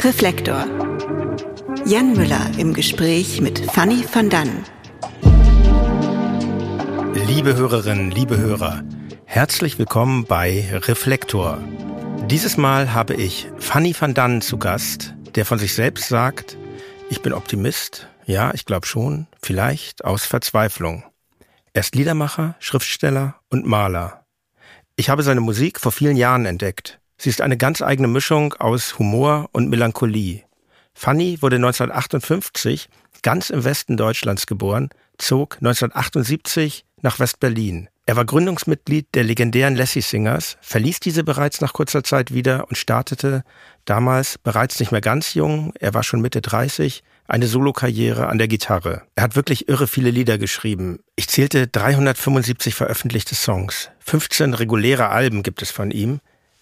Reflektor. Jan Müller im Gespräch mit Fanny van Dan. Liebe Hörerinnen, liebe Hörer, herzlich willkommen bei Reflektor. Dieses Mal habe ich Fanny van Dan zu Gast, der von sich selbst sagt, ich bin Optimist, ja, ich glaube schon, vielleicht aus Verzweiflung. Er ist Liedermacher, Schriftsteller und Maler. Ich habe seine Musik vor vielen Jahren entdeckt. Sie ist eine ganz eigene Mischung aus Humor und Melancholie. Fanny wurde 1958 ganz im Westen Deutschlands geboren, zog 1978 nach West-Berlin. Er war Gründungsmitglied der legendären Lassie Singers, verließ diese bereits nach kurzer Zeit wieder und startete damals bereits nicht mehr ganz jung, er war schon Mitte 30, eine Solokarriere an der Gitarre. Er hat wirklich irre viele Lieder geschrieben. Ich zählte 375 veröffentlichte Songs. 15 reguläre Alben gibt es von ihm.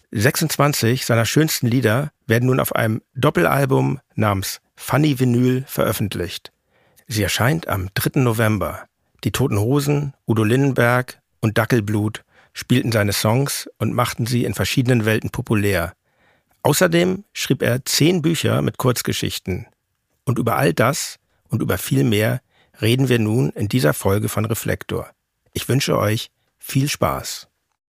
26 seiner schönsten Lieder werden nun auf einem Doppelalbum namens Fanny Vinyl veröffentlicht. Sie erscheint am 3. November. Die Toten Hosen, Udo Lindenberg und Dackelblut spielten seine Songs und machten sie in verschiedenen Welten populär. Außerdem schrieb er 10 Bücher mit Kurzgeschichten. Und über all das und über viel mehr reden wir nun in dieser Folge von Reflektor. Ich wünsche euch viel Spaß.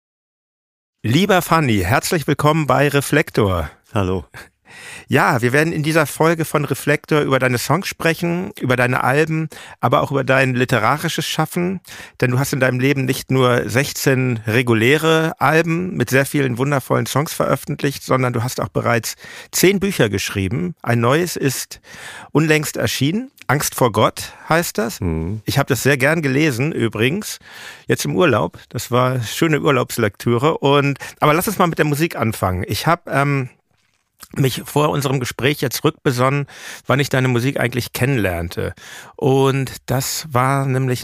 Lieber Fanny, herzlich willkommen bei Reflektor. Hallo. Ja, wir werden in dieser Folge von Reflektor über deine Songs sprechen, über deine Alben, aber auch über dein literarisches Schaffen. Denn du hast in deinem Leben nicht nur 16 reguläre Alben mit sehr vielen wundervollen Songs veröffentlicht, sondern du hast auch bereits 10 Bücher geschrieben. Ein neues ist unlängst erschienen. Angst vor Gott heißt das. Ich habe das sehr gern gelesen übrigens, jetzt im Urlaub. Das war schöne Urlaubslektüre. Aber lass uns mal mit der Musik anfangen. Ich habe mich vor unserem Gespräch jetzt rückbesonnen, wann ich deine Musik eigentlich kennenlernte. Und das war nämlich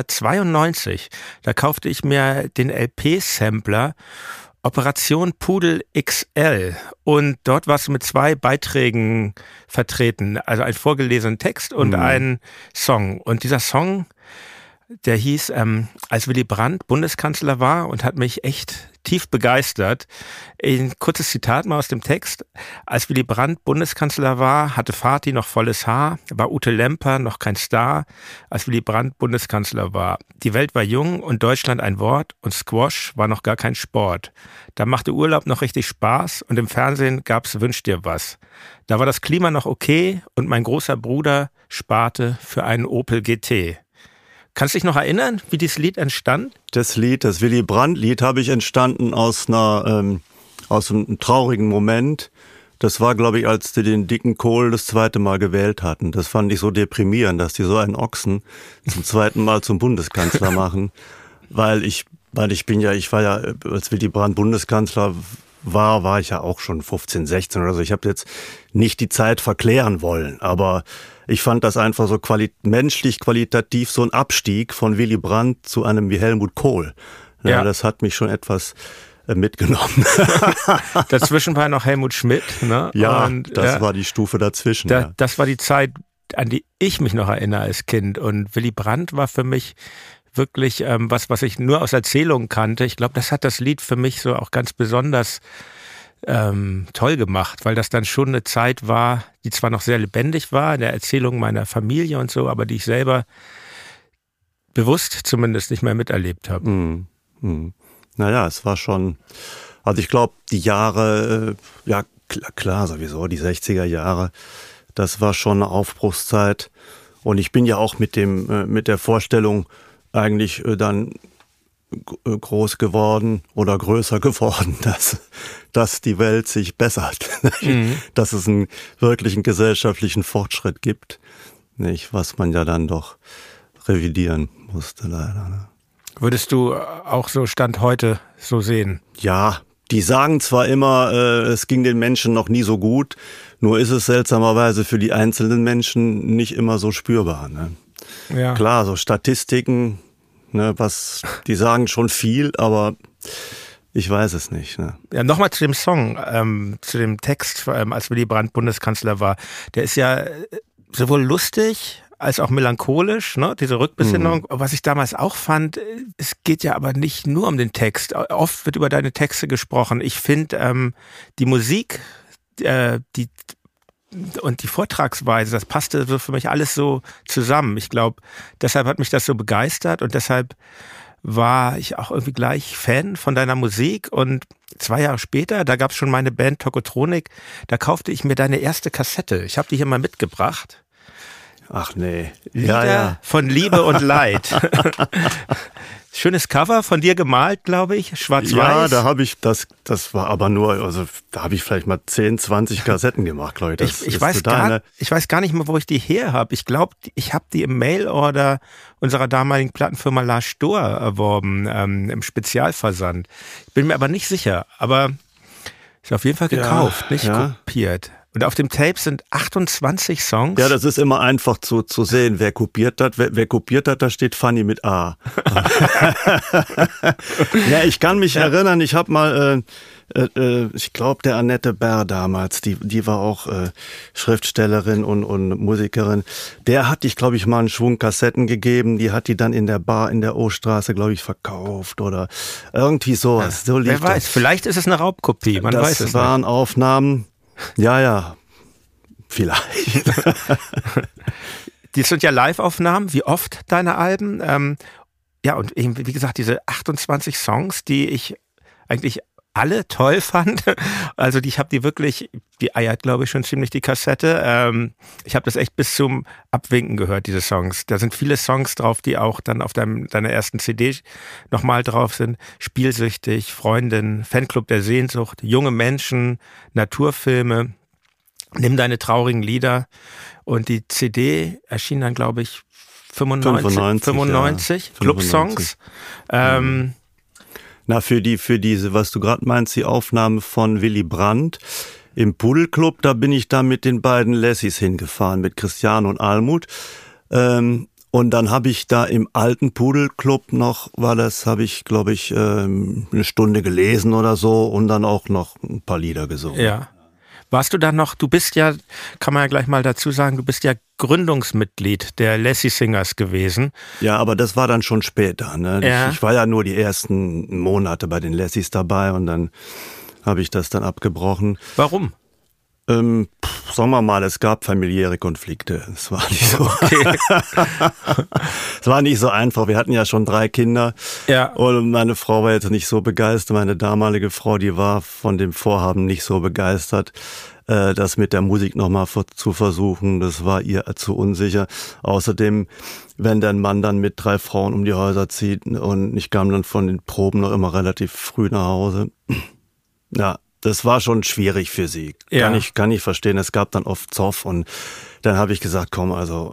1992. Da kaufte ich mir den LP-Sampler Operation Pudel XL. Und dort warst du mit 2 Beiträgen vertreten. Also einen vorgelesenen Text und einen Song. Und dieser Song, der hieß, als Willy Brandt Bundeskanzler war und hat mich echt tief begeistert. Ein kurzes Zitat mal aus dem Text. Als Willy Brandt Bundeskanzler war, hatte Fatih noch volles Haar, war Ute Lemper noch kein Star, als Willy Brandt Bundeskanzler war. Die Welt war jung und Deutschland ein Wort und Squash war noch gar kein Sport. Da machte Urlaub noch richtig Spaß und im Fernsehen gab's Wünsch dir was. Da war das Klima noch okay und mein großer Bruder sparte für einen Opel GT. Kannst du dich noch erinnern, wie dieses Lied entstand? Das Willy Brandt-Lied, habe ich entstanden aus einem traurigen Moment. Das war, glaube ich, als die den dicken Kohl das 2. Mal gewählt hatten. Das fand ich so deprimierend, dass die so einen Ochsen zum 2. Mal zum Bundeskanzler machen. Weil ich war ja, als Willy Brandt Bundeskanzler war ich ja auch schon 15, 16 oder so. Ich habe jetzt nicht die Zeit verklären wollen, aber ich fand das einfach so menschlich qualitativ so ein Abstieg von Willy Brandt zu einem wie Helmut Kohl. Ja. Das hat mich schon etwas mitgenommen. Dazwischen war noch Helmut Schmidt. Ne? Ja, und das war die Stufe dazwischen. Das war die Zeit, an die ich mich noch erinnere als Kind. Und Willy Brandt war für mich wirklich was ich nur aus Erzählungen kannte. Ich glaube, das hat das Lied für mich so auch ganz besonders toll gemacht, weil das dann schon eine Zeit war, die zwar noch sehr lebendig war, in der Erzählung meiner Familie und so, aber die ich selber bewusst zumindest nicht mehr miterlebt habe. Naja, es war schon, also ich glaube, die Jahre, ja klar sowieso, die 60er Jahre, das war schon eine Aufbruchszeit. Und ich bin ja auch mit der Vorstellung eigentlich dann groß geworden oder größer geworden, dass die Welt sich bessert, dass es wirklich einen gesellschaftlichen Fortschritt gibt, nicht, was man ja dann doch revidieren musste leider. Ne? Würdest du auch so Stand heute so sehen? Ja, die sagen zwar immer, es ging den Menschen noch nie so gut, nur ist es seltsamerweise für die einzelnen Menschen nicht immer so spürbar. Ne? Ja. Klar, so Statistiken, ne, die sagen schon viel, aber ich weiß es nicht. Ne? Ja, nochmal zu dem Song, zu dem Text, als Willy Brandt Bundeskanzler war. Der ist ja sowohl lustig als auch melancholisch, ne? Diese Rückbesinnung. Was ich damals auch fand, es geht ja aber nicht nur um den Text. Oft wird über deine Texte gesprochen. Ich finde, die Musik, die und die Vortragsweise, das passte so für mich alles so zusammen. Ich glaube, deshalb hat mich das so begeistert und deshalb war ich auch irgendwie gleich Fan von deiner Musik. Und 2 Jahre später, da gab es schon meine Band Tokotronik, da kaufte ich mir deine erste Kassette. Ich habe die hier mal mitgebracht. Ach nee. Lieder von Liebe und Leid. Schönes Cover, von dir gemalt, glaube ich, schwarz-weiß. Ja, da habe ich, das war aber nur, also da habe ich vielleicht mal 10, 20 Kassetten gemacht, glaube ich. Ich weiß gar nicht mehr, wo ich die her habe. Ich glaube, ich habe die im Mailorder unserer damaligen Plattenfirma La Stor erworben, im Spezialversand. Ich bin mir aber nicht sicher, aber ist auf jeden Fall gekauft, nicht kopiert. Und auf dem Tape sind 28 Songs. Ja, das ist immer einfach zu sehen, wer kopiert hat. Wer kopiert hat, da steht Fanny mit A. Ja, ich kann mich erinnern, ich habe mal, ich glaube, der Annette Bär damals, die war auch Schriftstellerin und Musikerin. Der hat dich, glaube ich, mal einen Schwung Kassetten gegeben. Die hat die dann in der Bar in der O-Straße, glaube ich, verkauft oder irgendwie sowas. Ja, so lief wer weiß, das. vielleicht ist es eine Raubkopie, man weiß es nicht. Das waren Aufnahmen. Ja, vielleicht. Die sind ja Live-Aufnahmen, wie oft deine Alben. Ja, und eben, wie gesagt, diese 28 Songs, die ich eigentlich alle toll fand. Also ich habe die wirklich, die eiert, glaube ich, schon ziemlich die Kassette. Ich habe das echt bis zum Abwinken gehört, diese Songs. Da sind viele Songs drauf, die auch dann auf deiner ersten CD nochmal drauf sind. Spielsüchtig, Freundin, Fanclub der Sehnsucht, junge Menschen, Naturfilme, nimm deine traurigen Lieder. Und die CD erschien dann, glaube ich, 95 ja. Clubsongs. Na, für diese, was du gerade meinst, die Aufnahme von Willy Brandt im Pudelclub, da bin ich da mit den beiden Lessies hingefahren, mit Christian und Almut. Und dann habe ich da im alten Pudelclub noch, habe ich, glaube ich, eine Stunde gelesen oder so und dann auch noch ein paar Lieder gesungen. Ja. Warst du dann noch, du bist ja, kann man ja gleich mal dazu sagen, du bist ja Gründungsmitglied der Lassie Singers gewesen. Ja, aber das war dann schon später. Ne? Ja. Ich war ja nur die ersten Monate bei den Lassies dabei und dann habe ich das dann abgebrochen. Warum? Sagen wir mal, es gab familiäre Konflikte. Es war nicht so. Okay. Es war nicht so einfach. Wir hatten ja schon 3 Kinder. Ja. Und meine Frau war jetzt nicht so begeistert. Meine damalige Frau, die war von dem Vorhaben nicht so begeistert, das mit der Musik nochmal zu versuchen. Das war ihr zu unsicher. Außerdem, wenn der Mann dann mit 3 Frauen um die Häuser zieht und ich kam dann von den Proben noch immer relativ früh nach Hause. Ja. Das war schon schwierig für sie. Ja. Kann ich verstehen. Es gab dann oft Zoff und dann habe ich gesagt, komm, also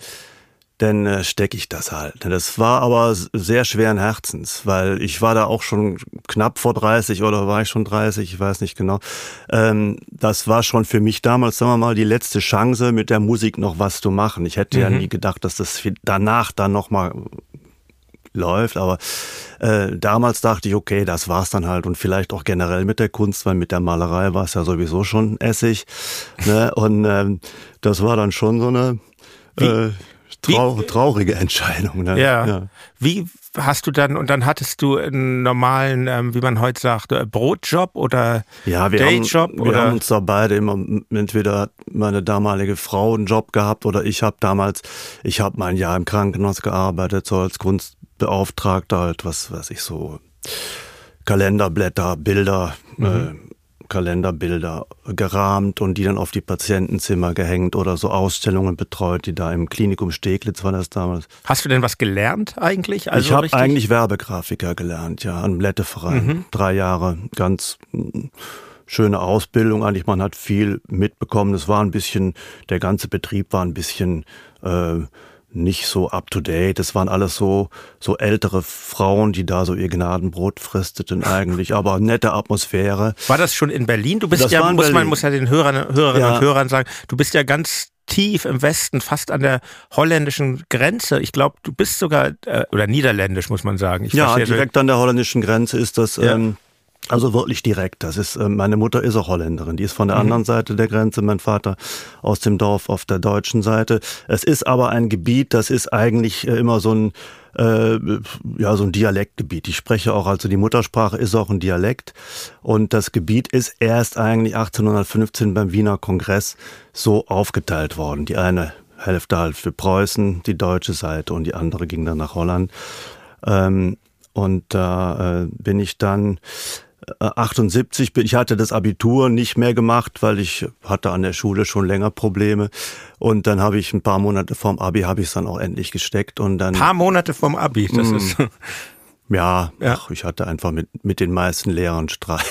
dann stecke ich das halt. Das war aber sehr schweren Herzens, weil ich war da auch schon knapp vor 30 oder war ich schon 30, ich weiß nicht genau. Das war schon für mich damals, sagen wir mal, die letzte Chance, mit der Musik noch was zu machen. Ich hätte ja nie gedacht, dass das danach dann nochmal läuft, aber damals dachte ich, okay, das war's dann halt und vielleicht auch generell mit der Kunst, weil mit der Malerei war es ja sowieso schon Essig, ne? Und das war dann schon so eine traurige Entscheidung. Ne? Ja. Wie hast du dann, und dann hattest du einen normalen, wie man heute sagt, Brotjob oder Dayjob? Wir haben uns da beide immer, entweder hat meine damalige Frau einen Job gehabt oder ich habe mal ein Jahr im Krankenhaus gearbeitet, so als Kunstbeauftragter, halt was weiß ich so, Kalenderblätter, Bilder, Kalenderbilder gerahmt und die dann auf die Patientenzimmer gehängt oder so Ausstellungen betreut, die da im Klinikum Steglitz war das damals. Hast du denn was gelernt eigentlich? Also ich habe eigentlich Werbegrafiker gelernt, ja, am Letteverein. 3 Jahre, ganz schöne Ausbildung eigentlich. Man hat viel mitbekommen. Es war ein bisschen, der ganze Betrieb war ein bisschen nicht so up to date. Es waren alles so ältere Frauen, die da so ihr Gnadenbrot fristeten eigentlich, aber nette Atmosphäre. War das schon in Berlin? Du bist ja, man muss ja den Hörerinnen und Hörern sagen, du bist ja ganz tief im Westen, fast an der holländischen Grenze. Ich glaube, du bist sogar, oder niederländisch, muss man sagen. Direkt an der holländischen Grenze ist das. Ja. Also wirklich direkt. Das ist, meine Mutter ist auch Holländerin. Die ist von der anderen Seite der Grenze, mein Vater aus dem Dorf auf der deutschen Seite. Es ist aber ein Gebiet, das ist eigentlich immer so ein Dialektgebiet. Ich spreche auch, also die Muttersprache ist auch ein Dialekt. Und das Gebiet ist erst eigentlich 1815 beim Wiener Kongress so aufgeteilt worden. Die eine Hälfte halt für Preußen, die deutsche Seite, und die andere ging dann nach Holland. Und da bin ich dann 78, ich hatte das Abitur nicht mehr gemacht, weil ich hatte an der Schule schon länger Probleme. Und dann habe ich ein paar Monate vorm Abi habe ich es dann auch endlich gesteckt. Und dann, ein paar Monate vorm Abi, das ist... Ja. Ach, ich hatte einfach mit den meisten Lehrern Streit.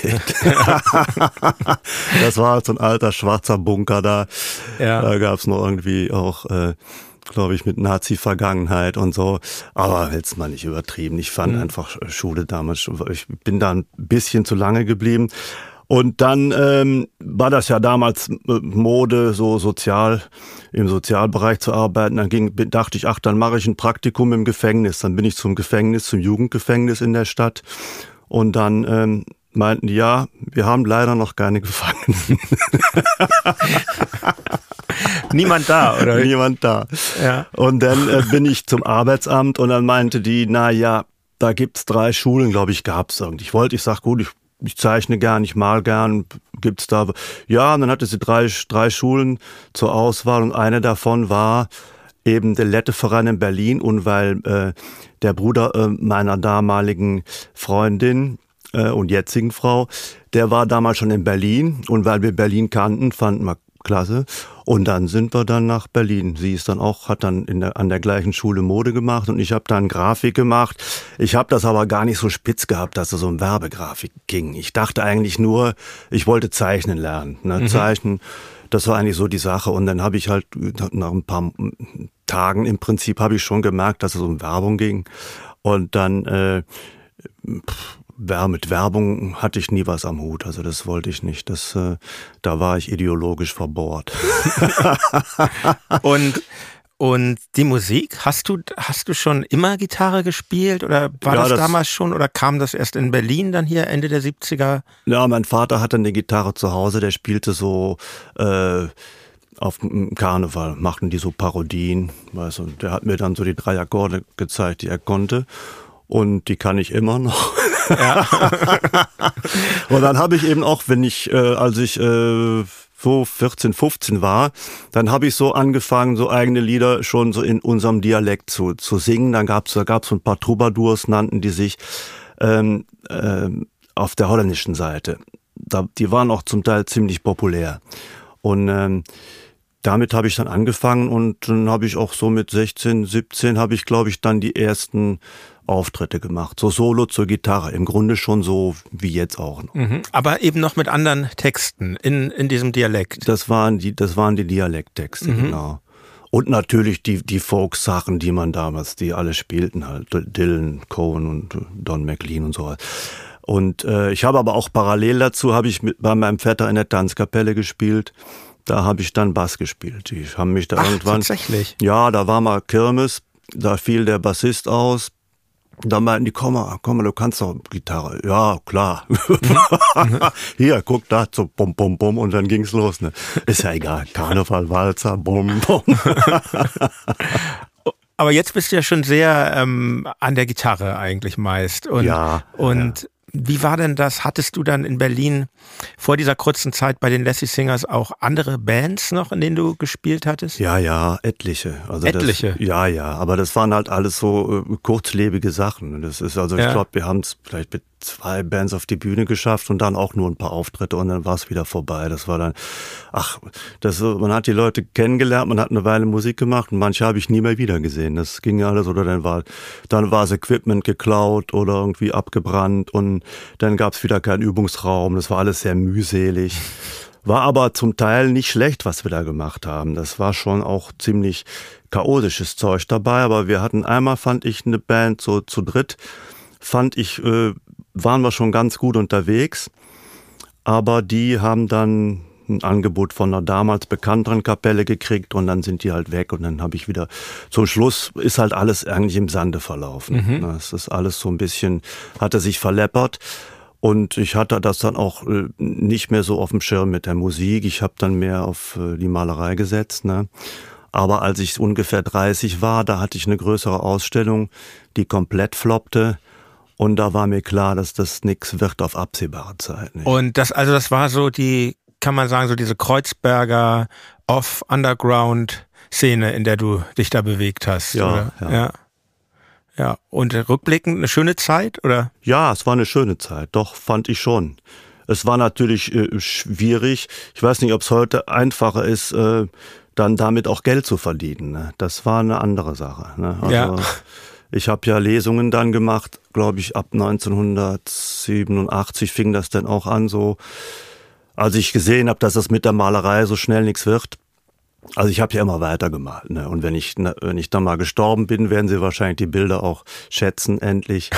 Das war halt so ein alter schwarzer Bunker da. Ja. Da gab es noch irgendwie auch... glaube ich, mit Nazi-Vergangenheit und so. Aber jetzt mal nicht übertrieben. Ich fand einfach Schule damals, ich bin da ein bisschen zu lange geblieben. Und dann war das ja damals Mode, so im Sozialbereich zu arbeiten. Dann dachte ich, dann mache ich ein Praktikum im Gefängnis. Dann bin ich zum Jugendgefängnis in der Stadt. Und dann meinten die, ja, wir haben leider noch keine Gefangenen. Niemand da, oder? Niemand da. Ja. Und dann bin ich zum Arbeitsamt und dann meinte die, da gibt's 3 Schulen, glaube ich, gab's irgendwie. Ich sag gut, ich zeichne gern, ich mal gern, gibt's da. Ja, und dann hatte sie 3 Schulen zur Auswahl und eine davon war eben der Letteverein in Berlin, und weil der Bruder meiner damaligen Freundin und jetzigen Frau, der war damals schon in Berlin, und weil wir Berlin kannten, fanden wir klasse. Und dann sind wir dann nach Berlin. Sie ist dann auch, hat dann an der gleichen Schule Mode gemacht und ich habe dann Grafik gemacht. Ich habe das aber gar nicht so spitz gehabt, dass es um Werbegrafik ging. Ich dachte eigentlich nur, ich wollte zeichnen lernen. Zeichnen, das war eigentlich so die Sache. Und dann habe ich halt nach ein paar Tagen im Prinzip habe ich schon gemerkt, dass es um Werbung ging. Und dann mit Werbung hatte ich nie was am Hut, also das wollte ich nicht. Da war ich ideologisch verbohrt. Und die Musik, hast du schon immer Gitarre gespielt oder war das damals schon, oder kam das erst in Berlin dann hier Ende der 70er? Ja, mein Vater hatte eine Gitarre zu Hause, der spielte so auf dem Karneval, machten die so Parodien, weißt du, der hat mir dann so die 3 Akkorde gezeigt, die er konnte. Und die kann ich immer noch. Ja. Und dann habe ich eben auch, als ich so 14, 15 war, dann habe ich so angefangen, so eigene Lieder schon so in unserem Dialekt zu singen. Dann gab's so ein paar Troubadours, nannten die sich, auf der holländischen Seite. Die waren auch zum Teil ziemlich populär. Und damit habe ich dann angefangen, und dann habe ich auch so mit 16, 17 habe ich, glaube ich, dann die ersten Auftritte gemacht. So Solo zur Gitarre. Im Grunde schon so wie jetzt auch noch. Aber eben noch mit anderen Texten in diesem Dialekt. Das waren die Dialekttexte, genau. Und natürlich die Folk-Sachen, die man damals, die alle spielten halt. Dylan, Cohen und Don McLean und so. Und ich habe aber auch parallel dazu, bei meinem Vetter in der Tanzkapelle gespielt. Da habe ich dann Bass gespielt. Die haben mich da irgendwann... Tatsächlich? Ja, da war mal Kirmes, da fiel der Bassist aus. Da meinten die, komm mal, du kannst doch Gitarre. Ja, klar. Hier, guck da, so bum, bum, bum, und dann ging's los. Ne? Ist ja egal, Karneval, Walzer, bum, bum. Aber jetzt bist du ja schon sehr an der Gitarre eigentlich meist. Und wie war denn das? Hattest du dann in Berlin vor dieser kurzen Zeit bei den Lassie Singers auch andere Bands noch, in denen du gespielt hattest? Ja, etliche. Also etliche? Aber das waren halt alles so kurzlebige Sachen. Das ist ich glaube, wir haben es vielleicht mit 2 Bands auf die Bühne geschafft und dann auch nur ein paar Auftritte und dann war es wieder vorbei. Das war dann, man hat die Leute kennengelernt, man hat eine Weile Musik gemacht und manche habe ich nie mehr wieder gesehen. Das ging ja alles, oder dann war das Equipment geklaut oder irgendwie abgebrannt und dann gab es wieder keinen Übungsraum. Das war alles sehr mühselig. War aber zum Teil nicht schlecht, was wir da gemacht haben. Das war schon auch ziemlich chaotisches Zeug dabei, aber wir hatten einmal, fand ich, eine Band so zu dritt, waren wir schon ganz gut unterwegs, aber die haben dann ein Angebot von einer damals bekannteren Kapelle gekriegt und dann sind die halt weg und dann habe ich wieder, zum Schluss ist halt alles eigentlich im Sande verlaufen. Das ist alles so ein bisschen, hatte sich verleppert Und ich hatte das dann auch nicht mehr so auf dem Schirm mit der Musik. Ich habe dann mehr auf die Malerei gesetzt, ne? Aber als ich ungefähr 30 war, da hatte ich eine größere Ausstellung, die komplett floppte. Und da war mir klar, dass das nichts wird auf absehbare Zeit. Nicht? Und das war so kann man sagen, so diese Kreuzberger Off-Underground-Szene, in der du dich da bewegt hast. Ja, oder? Ja. Und rückblickend eine schöne Zeit, oder? Ja, es war eine schöne Zeit, doch, fand ich schon. Es war natürlich schwierig. Ich weiß nicht, ob es heute einfacher ist, dann damit auch Geld zu verdienen. Ne? Das war eine andere Sache. Ne? Also, ja. Ich habe ja Lesungen dann gemacht, glaube ich, ab 1987 fing das dann auch an, so als ich gesehen habe, dass das mit der Malerei so schnell nichts wird. Also ich habe ja immer weitergemalt. Ne? Und wenn ich dann mal gestorben bin, werden Sie wahrscheinlich die Bilder auch schätzen, endlich.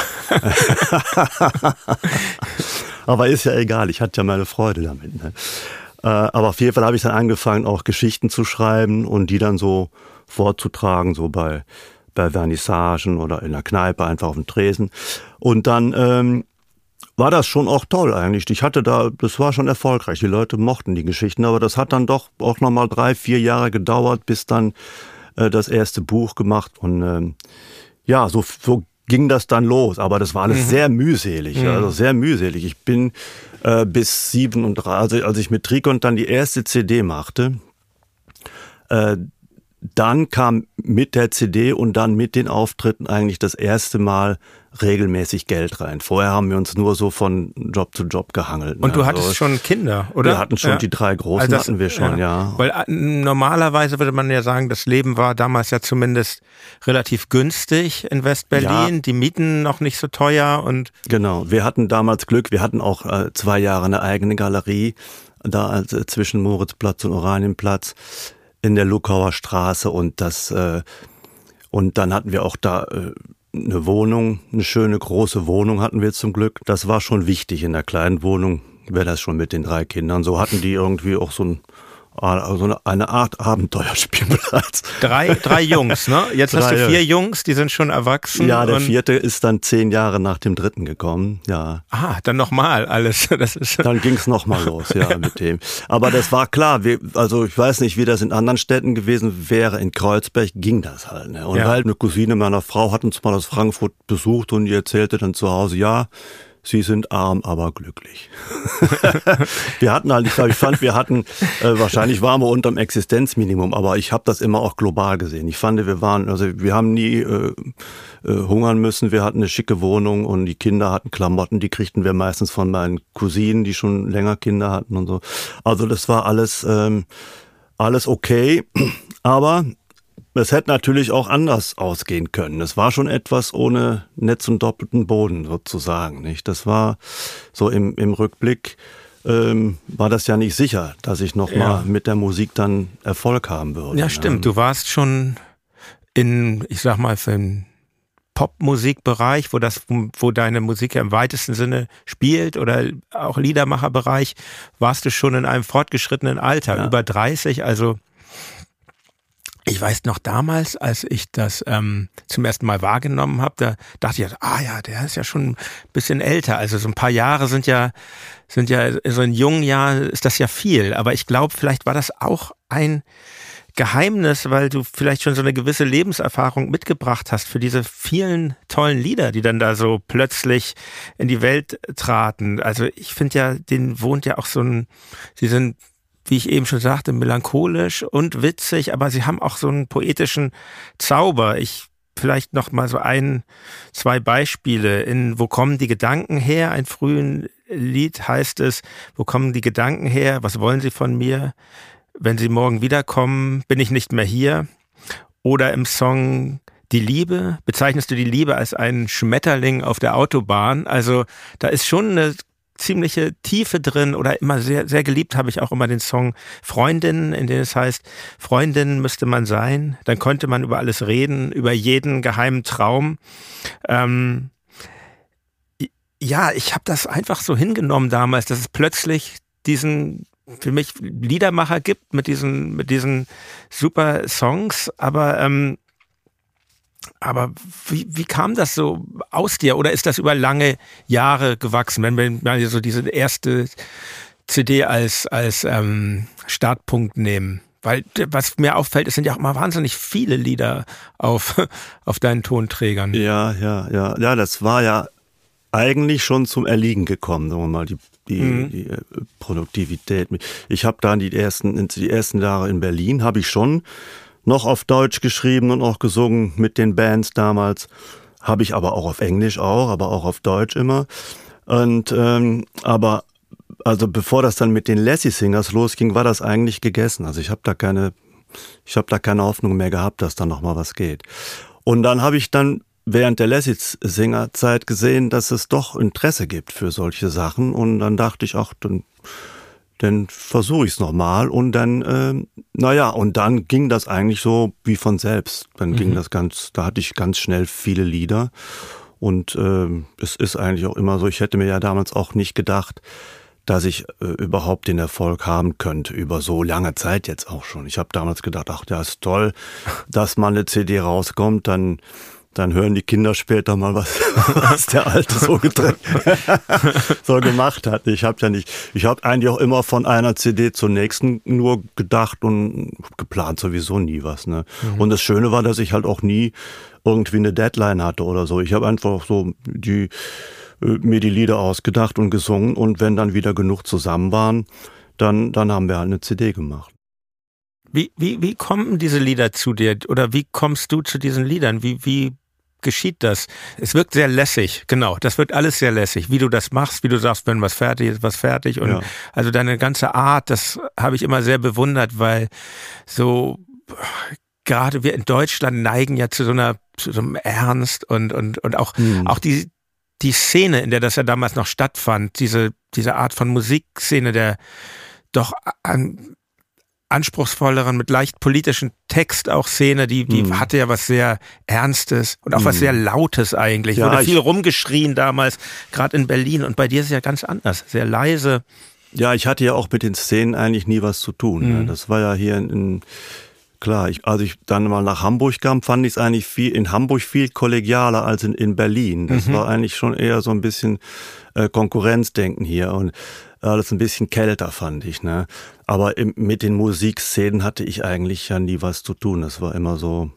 Aber ist ja egal, ich hatte ja meine Freude damit. Ne? Aber auf jeden Fall habe ich dann angefangen, auch Geschichten zu schreiben und die dann so vorzutragen, so bei Vernissagen oder in der Kneipe, einfach auf dem Tresen. Und dann war das schon auch toll eigentlich. Das war schon erfolgreich. Die Leute mochten die Geschichten, aber das hat dann doch auch nochmal 3-4 Jahre gedauert, bis dann das erste Buch gemacht. Und so ging das dann los. Aber das war alles sehr mühselig, also sehr mühselig. Ich bin bis 37, also als ich mit Trikont dann die erste CD machte, dann kam mit der CD und dann mit den Auftritten eigentlich das erste Mal regelmäßig Geld rein. Vorher haben wir uns nur so von Job zu Job gehangelt. Und du hattest schon Kinder, oder? Wir hatten schon die 3 Großen, hatten wir schon, ja. Weil normalerweise würde man ja sagen, das Leben war damals ja zumindest relativ günstig in West-Berlin, die Mieten noch nicht so teuer und... Genau, wir hatten damals Glück, wir hatten auch 2 Jahre eine eigene Galerie, da zwischen Moritzplatz und Oranienplatz in der Luckauer Straße und und dann hatten wir auch da eine Wohnung, eine schöne große Wohnung hatten wir zum Glück. Das war schon wichtig in der kleinen Wohnung, wäre das schon mit den 3 Kindern. So hatten die irgendwie auch so eine Art Abenteuerspielplatz. 3 Jungs, ne? Jetzt hast du 4 Jungs, die sind schon erwachsen. Ja, der 4. ist dann 10 Jahre nach dem 3. gekommen, ja. Ah, dann nochmal alles. Dann ging's nochmal los, ja, mit dem. Aber das war klar, also ich weiß nicht, wie das in anderen Städten gewesen wäre. In Kreuzberg ging das halt, ne? Und halt eine Cousine meiner Frau hat uns mal aus Frankfurt besucht und die erzählte dann zu Hause, ja, Sie sind arm, aber glücklich. Wir hatten halt, wahrscheinlich waren wir unterm Existenzminimum, aber ich habe das immer auch global gesehen. Ich fand, wir haben nie hungern müssen, wir hatten eine schicke Wohnung und die Kinder hatten Klamotten, die kriegten wir meistens von meinen Cousinen, die schon länger Kinder hatten und so. Also das war alles okay, aber es hätte natürlich auch anders ausgehen können. Es war schon etwas ohne Netz und doppelten Boden sozusagen, nicht? Das war so im Rückblick war das ja nicht sicher, dass ich noch mal mit der Musik dann Erfolg haben würde. Ja, stimmt. Du warst schon ich sag mal, für den Popmusikbereich, wo deine Musik ja im weitesten Sinne spielt oder auch Liedermacherbereich, warst du schon in einem fortgeschrittenen Alter, über 30, also ich weiß noch damals, als ich das zum ersten Mal wahrgenommen habe, da dachte ich, der ist ja schon ein bisschen älter. Also so ein paar Jahre sind ja so in jungen Jahren ist das ja viel. Aber ich glaube, vielleicht war das auch ein Geheimnis, weil du vielleicht schon so eine gewisse Lebenserfahrung mitgebracht hast für diese vielen tollen Lieder, die dann da so plötzlich in die Welt traten. Also ich finde ja, denen wohnt ja auch sie sind, wie ich eben schon sagte, melancholisch und witzig, aber sie haben auch so einen poetischen Zauber. Vielleicht noch mal so 2 Beispiele. In Wo kommen die Gedanken her? Ein frühen Lied heißt es, wo kommen die Gedanken her? Was wollen sie von mir? Wenn sie morgen wiederkommen, bin ich nicht mehr hier. Oder im Song Die Liebe, bezeichnest du die Liebe als einen Schmetterling auf der Autobahn? Also da ist schon eine ziemliche Tiefe drin oder immer sehr, sehr geliebt habe ich auch immer den Song Freundinnen, in dem es heißt, Freundinnen müsste man sein, dann konnte man über alles reden, über jeden geheimen Traum. Ich habe das einfach so hingenommen damals, dass es plötzlich diesen für mich Liedermacher gibt mit diesen super Songs, aber Aber wie kam das so aus dir? Oder ist das über lange Jahre gewachsen? Wenn wir mal so diese erste CD als Startpunkt nehmen. Weil was mir auffällt, es sind ja auch immer wahnsinnig viele Lieder auf deinen Tonträgern. Ja, das war ja eigentlich schon zum Erliegen gekommen, sagen wir mal, die Produktivität. Ich habe dann die ersten Jahre in Berlin, habe ich schon noch auf Deutsch geschrieben und auch gesungen mit den Bands damals. Habe ich aber auch auf Englisch aber auch auf Deutsch immer. Und aber also bevor das dann mit den Lassie Singers losging, war das eigentlich gegessen. Also ich habe da keine Hoffnung mehr gehabt, dass da noch mal was geht. Und dann habe ich dann während der Lassie Singer Zeit gesehen, dass es doch Interesse gibt für solche Sachen. Und dann dachte ich, ach, dann versuche ich es nochmal. Und dann, und dann ging das eigentlich so wie von selbst. Dann ging das da hatte ich ganz schnell viele Lieder. Und es ist eigentlich auch immer so, ich hätte mir ja damals auch nicht gedacht, dass ich überhaupt den Erfolg haben könnte, über so lange Zeit jetzt auch schon. Ich habe damals gedacht, ach, das ist toll, dass mal eine CD rauskommt, dann hören die Kinder später mal, was der Alte so gemacht hat. Ich habe eigentlich auch immer von einer CD zur nächsten nur gedacht und geplant sowieso nie was. Ne? Und das Schöne war, dass ich halt auch nie irgendwie eine Deadline hatte oder so. Ich habe einfach so mir die Lieder ausgedacht und gesungen und wenn dann wieder genug zusammen waren, dann haben wir halt eine CD gemacht. Wie kommen diese Lieder zu dir oder wie kommst du zu diesen Liedern? Wie geschieht das? Es wirkt sehr lässig, genau, das wirkt alles sehr lässig, wie du das machst, wie du sagst, wenn was fertig ist, was fertig und also deine ganze Art, das habe ich immer sehr bewundert, weil so gerade wir in Deutschland neigen ja zu so einem Ernst und auch die Szene, in der das ja damals noch stattfand, diese Art von Musikszene, der doch anspruchsvolleren, mit leicht politischen Text auch Szene, die hatte ja was sehr Ernstes und auch was sehr Lautes eigentlich. Ja, wurde viel rumgeschrien damals, gerade in Berlin. Und bei dir ist es ja ganz anders, sehr leise. Ja, ich hatte ja auch mit den Szenen eigentlich nie was zu tun. Ne? Das war ja hier klar, als ich dann mal nach Hamburg kam, fand ich es eigentlich in Hamburg viel kollegialer als in Berlin. Das war eigentlich schon eher so ein bisschen Konkurrenzdenken hier und alles ein bisschen kälter, fand ich. Ne? Aber mit den Musikszenen hatte ich eigentlich ja nie was zu tun. Das war immer so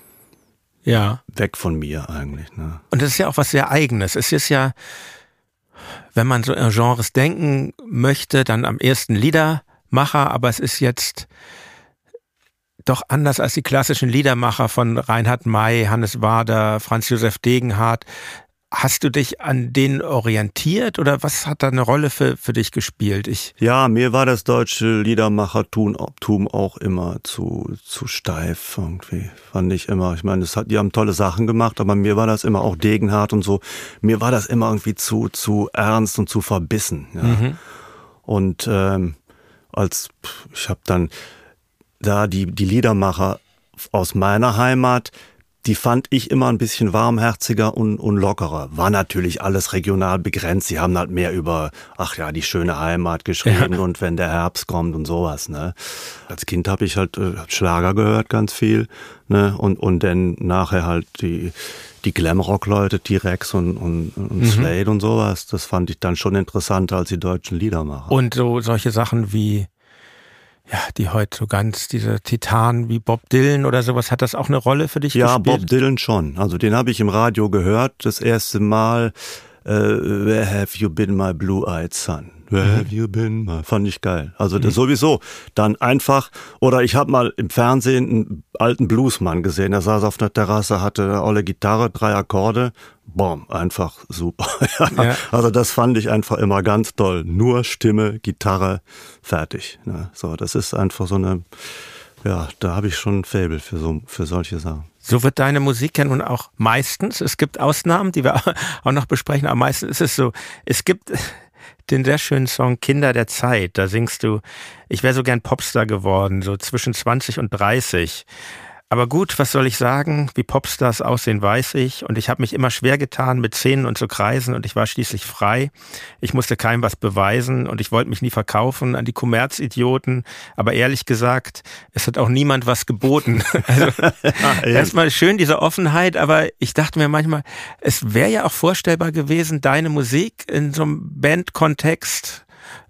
weg von mir eigentlich. Ne? Und das ist ja auch was sehr Eigenes. Es ist ja, wenn man so in Genres denken möchte, dann am ersten Liedermacher, aber es ist jetzt doch anders als die klassischen Liedermacher von Reinhard May, Hannes Wader, Franz Josef Degenhardt. Hast du dich an denen orientiert oder was hat da eine Rolle für dich gespielt? Ja, mir war das deutsche Liedermachertum auch immer zu steif irgendwie, fand ich immer. Ich meine, die haben tolle Sachen gemacht, aber mir war das immer auch Degenhardt und so. Mir war das immer irgendwie zu ernst und zu verbissen. Ja. Und ich habe dann da die Liedermacher aus meiner Heimat, die fand ich immer ein bisschen warmherziger und lockerer. War natürlich alles regional begrenzt. Sie haben halt mehr über, die schöne Heimat geschrieben und wenn der Herbst kommt und sowas. Ne? Als Kind habe ich halt Schlager gehört, ganz viel. Ne? Und dann nachher halt die Glamrock-Leute, T-Rex und Slade und sowas. Das fand ich dann schon interessanter als die deutschen Liedermacher. Und so solche Sachen wie die heute so ganz, diese Titanen wie Bob Dylan oder sowas, hat das auch eine Rolle für dich gespielt? Ja, Bob Dylan schon. Also den habe ich im Radio gehört, das erste Mal, Where have you been, my blue-eyed son? Where have you been, fand ich geil. Also das sowieso. Dann einfach, oder ich habe mal im Fernsehen einen alten Bluesmann gesehen, der saß auf einer Terrasse, hatte eine olle Gitarre, 3 Akkorde, boom, einfach super. Ja. Also das fand ich einfach immer ganz toll. Nur Stimme, Gitarre, fertig. Ja, so, das ist einfach so eine, da habe ich schon ein Faible für solche Sachen. So wird deine Musik ja nun auch meistens, es gibt Ausnahmen, die wir auch noch besprechen, aber meistens ist es so, es gibt den sehr schönen Song Kinder der Zeit, da singst du, ich wäre so gern Popstar geworden, so zwischen 20 und 30. Aber gut, was soll ich sagen? Wie Popstars aussehen, weiß ich. Und ich habe mich immer schwer getan mit Szenen und so Kreisen und ich war schließlich frei. Ich musste keinem was beweisen und ich wollte mich nie verkaufen an die Kommerzidioten. Aber ehrlich gesagt, es hat auch niemand was geboten. Also, erstmal schön diese Offenheit, aber ich dachte mir manchmal, es wäre ja auch vorstellbar gewesen, deine Musik in so einem Bandkontext,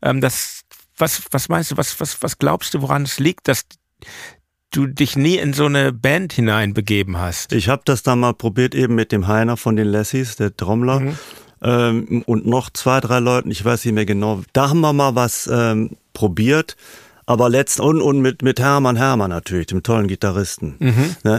was meinst du, was glaubst du, woran es liegt, dass du dich nie in so eine Band hineinbegeben hast? Ich habe das dann mal probiert, eben mit dem Heiner von den Lassies, der Trommler, und noch 2, 3 Leuten, ich weiß nicht mehr genau. Da haben wir mal was probiert, aber und mit Hermann natürlich, dem tollen Gitarristen. Ne?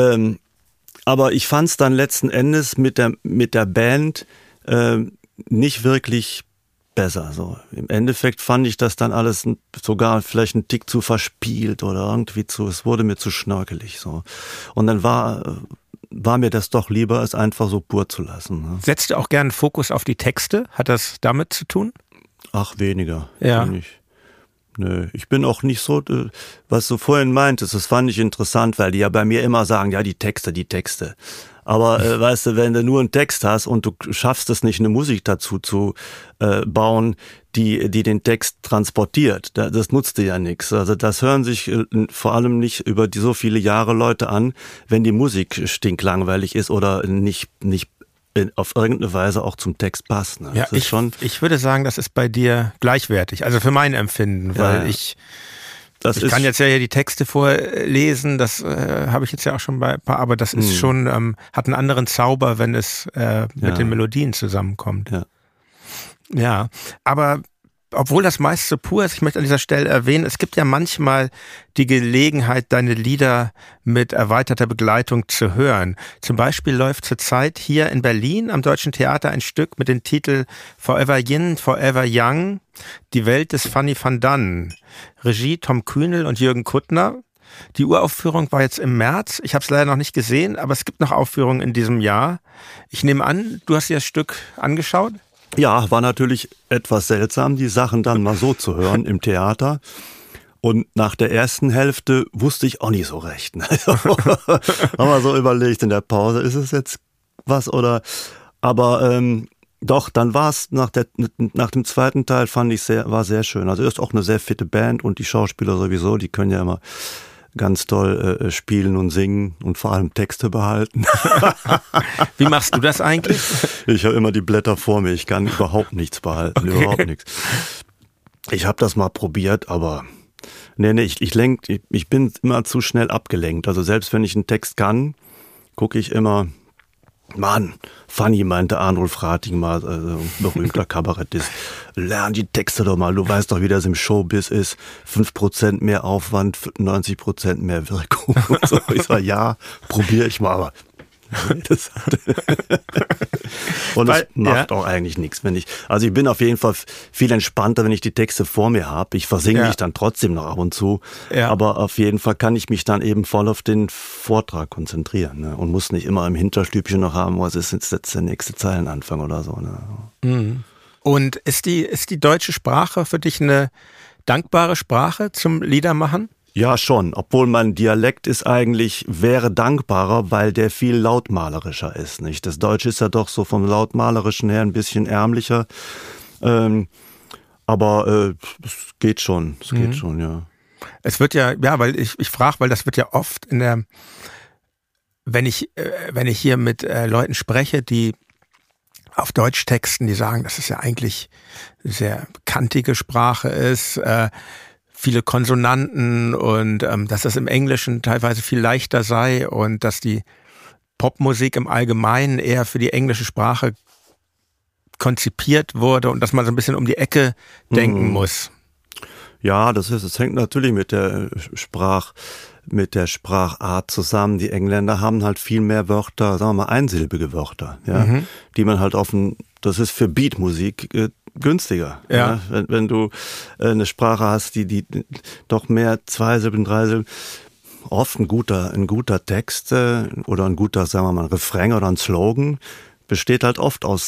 Aber ich fand es dann letzten Endes mit der Band nicht wirklich besser. So. Im Endeffekt fand ich das dann alles sogar vielleicht einen Tick zu verspielt oder irgendwie es wurde mir zu schnörkelig. So. Und dann war mir das doch lieber, es einfach so pur zu lassen. Ne? Setzt du auch gerne Fokus auf die Texte? Hat das damit zu tun? Ach, weniger. Ja. Nö, ich bin auch nicht so, was du vorhin meintest, das fand ich interessant, weil die ja bei mir immer sagen, ja, die Texte. Aber weißt du, wenn du nur einen Text hast und du schaffst es nicht, eine Musik dazu zu bauen, die den Text transportiert, das nutzt dir ja nichts. Also das hören sich vor allem nicht über so viele Jahre Leute an, wenn die Musik stinklangweilig ist oder nicht auf irgendeine Weise auch zum Text passt. Ne? Ja, ich würde sagen, das ist bei dir gleichwertig, also für mein Empfinden, weil ich kann jetzt ja hier die Texte vorlesen, das habe ich jetzt ja auch schon bei ein paar, aber das ist schon, hat einen anderen Zauber, wenn es mit den Melodien zusammenkommt. Ja, aber obwohl das meist so pur ist, ich möchte an dieser Stelle erwähnen, es gibt ja manchmal die Gelegenheit, deine Lieder mit erweiterter Begleitung zu hören. Zum Beispiel läuft zurzeit hier in Berlin am Deutschen Theater ein Stück mit dem Titel Forever Yin, Forever Young, die Welt des Fanny van Dannen. Regie Tom Kühnel und Jürgen Kuttner. Die Uraufführung war jetzt im März. Ich habe es leider noch nicht gesehen, aber es gibt noch Aufführungen in diesem Jahr. Ich nehme an, du hast dir das Stück angeschaut? Ja, war natürlich etwas seltsam, die Sachen dann mal so zu hören im Theater. Und nach der ersten Hälfte wusste ich auch nicht so recht. Also, haben wir so überlegt in der Pause, ist es jetzt was oder... Aber doch, dann war es nach dem zweiten Teil, fand ich war sehr schön. Also ist auch eine sehr fitte Band und die Schauspieler sowieso, die können ja immer ganz toll spielen und singen und vor allem Texte behalten. Wie machst du das eigentlich? Ich habe immer die Blätter vor mir, ich kann überhaupt nichts behalten, überhaupt nichts. Ich habe das mal probiert, aber ich bin immer zu schnell abgelenkt. Also selbst wenn ich einen Text kann, gucke ich immer, Mann, Fanny meinte Arnulf Rating mal, also berühmter Kabarettist, lern die Texte doch mal, du weißt doch, wie das im Showbiz ist, 5% mehr Aufwand, 90% mehr Wirkung. Und so. Ich sage, ja, probiere ich mal, aber und es macht auch eigentlich nichts, also ich bin auf jeden Fall viel entspannter, wenn ich die Texte vor mir habe. Ich versinge mich dann trotzdem noch ab und zu, aber auf jeden Fall kann ich mich dann eben voll auf den Vortrag konzentrieren, ne? Und muss nicht immer im Hinterstübchen noch haben, was ist jetzt der nächste Zeilenanfang oder so. Ne? Und ist die deutsche Sprache für dich eine dankbare Sprache zum Liedermachen? Ja, schon. Obwohl mein Dialekt wäre dankbarer, weil der viel lautmalerischer ist, nicht? Das Deutsche ist ja doch so vom Lautmalerischen her ein bisschen ärmlicher. Aber es geht schon. Es geht schon, ja. Es wird weil ich frage, weil das wird ja oft wenn ich hier mit Leuten spreche, die auf Deutsch texten, die sagen, dass es ja eigentlich eine sehr kantige Sprache ist, viele Konsonanten und dass das im Englischen teilweise viel leichter sei und dass die Popmusik im Allgemeinen eher für die englische Sprache konzipiert wurde und dass man so ein bisschen um die Ecke denken muss. Ja, es hängt natürlich mit der Sprachart zusammen. Die Engländer haben halt viel mehr Wörter, sagen wir mal einsilbige Wörter, ja, die man halt das ist für Beatmusik günstiger. Ja. Ja? Wenn du eine Sprache hast, die doch mehr 2 Silben, 3 Silben, oft ein guter Text oder ein guter, sagen wir mal, ein Refrain oder ein Slogan besteht halt oft aus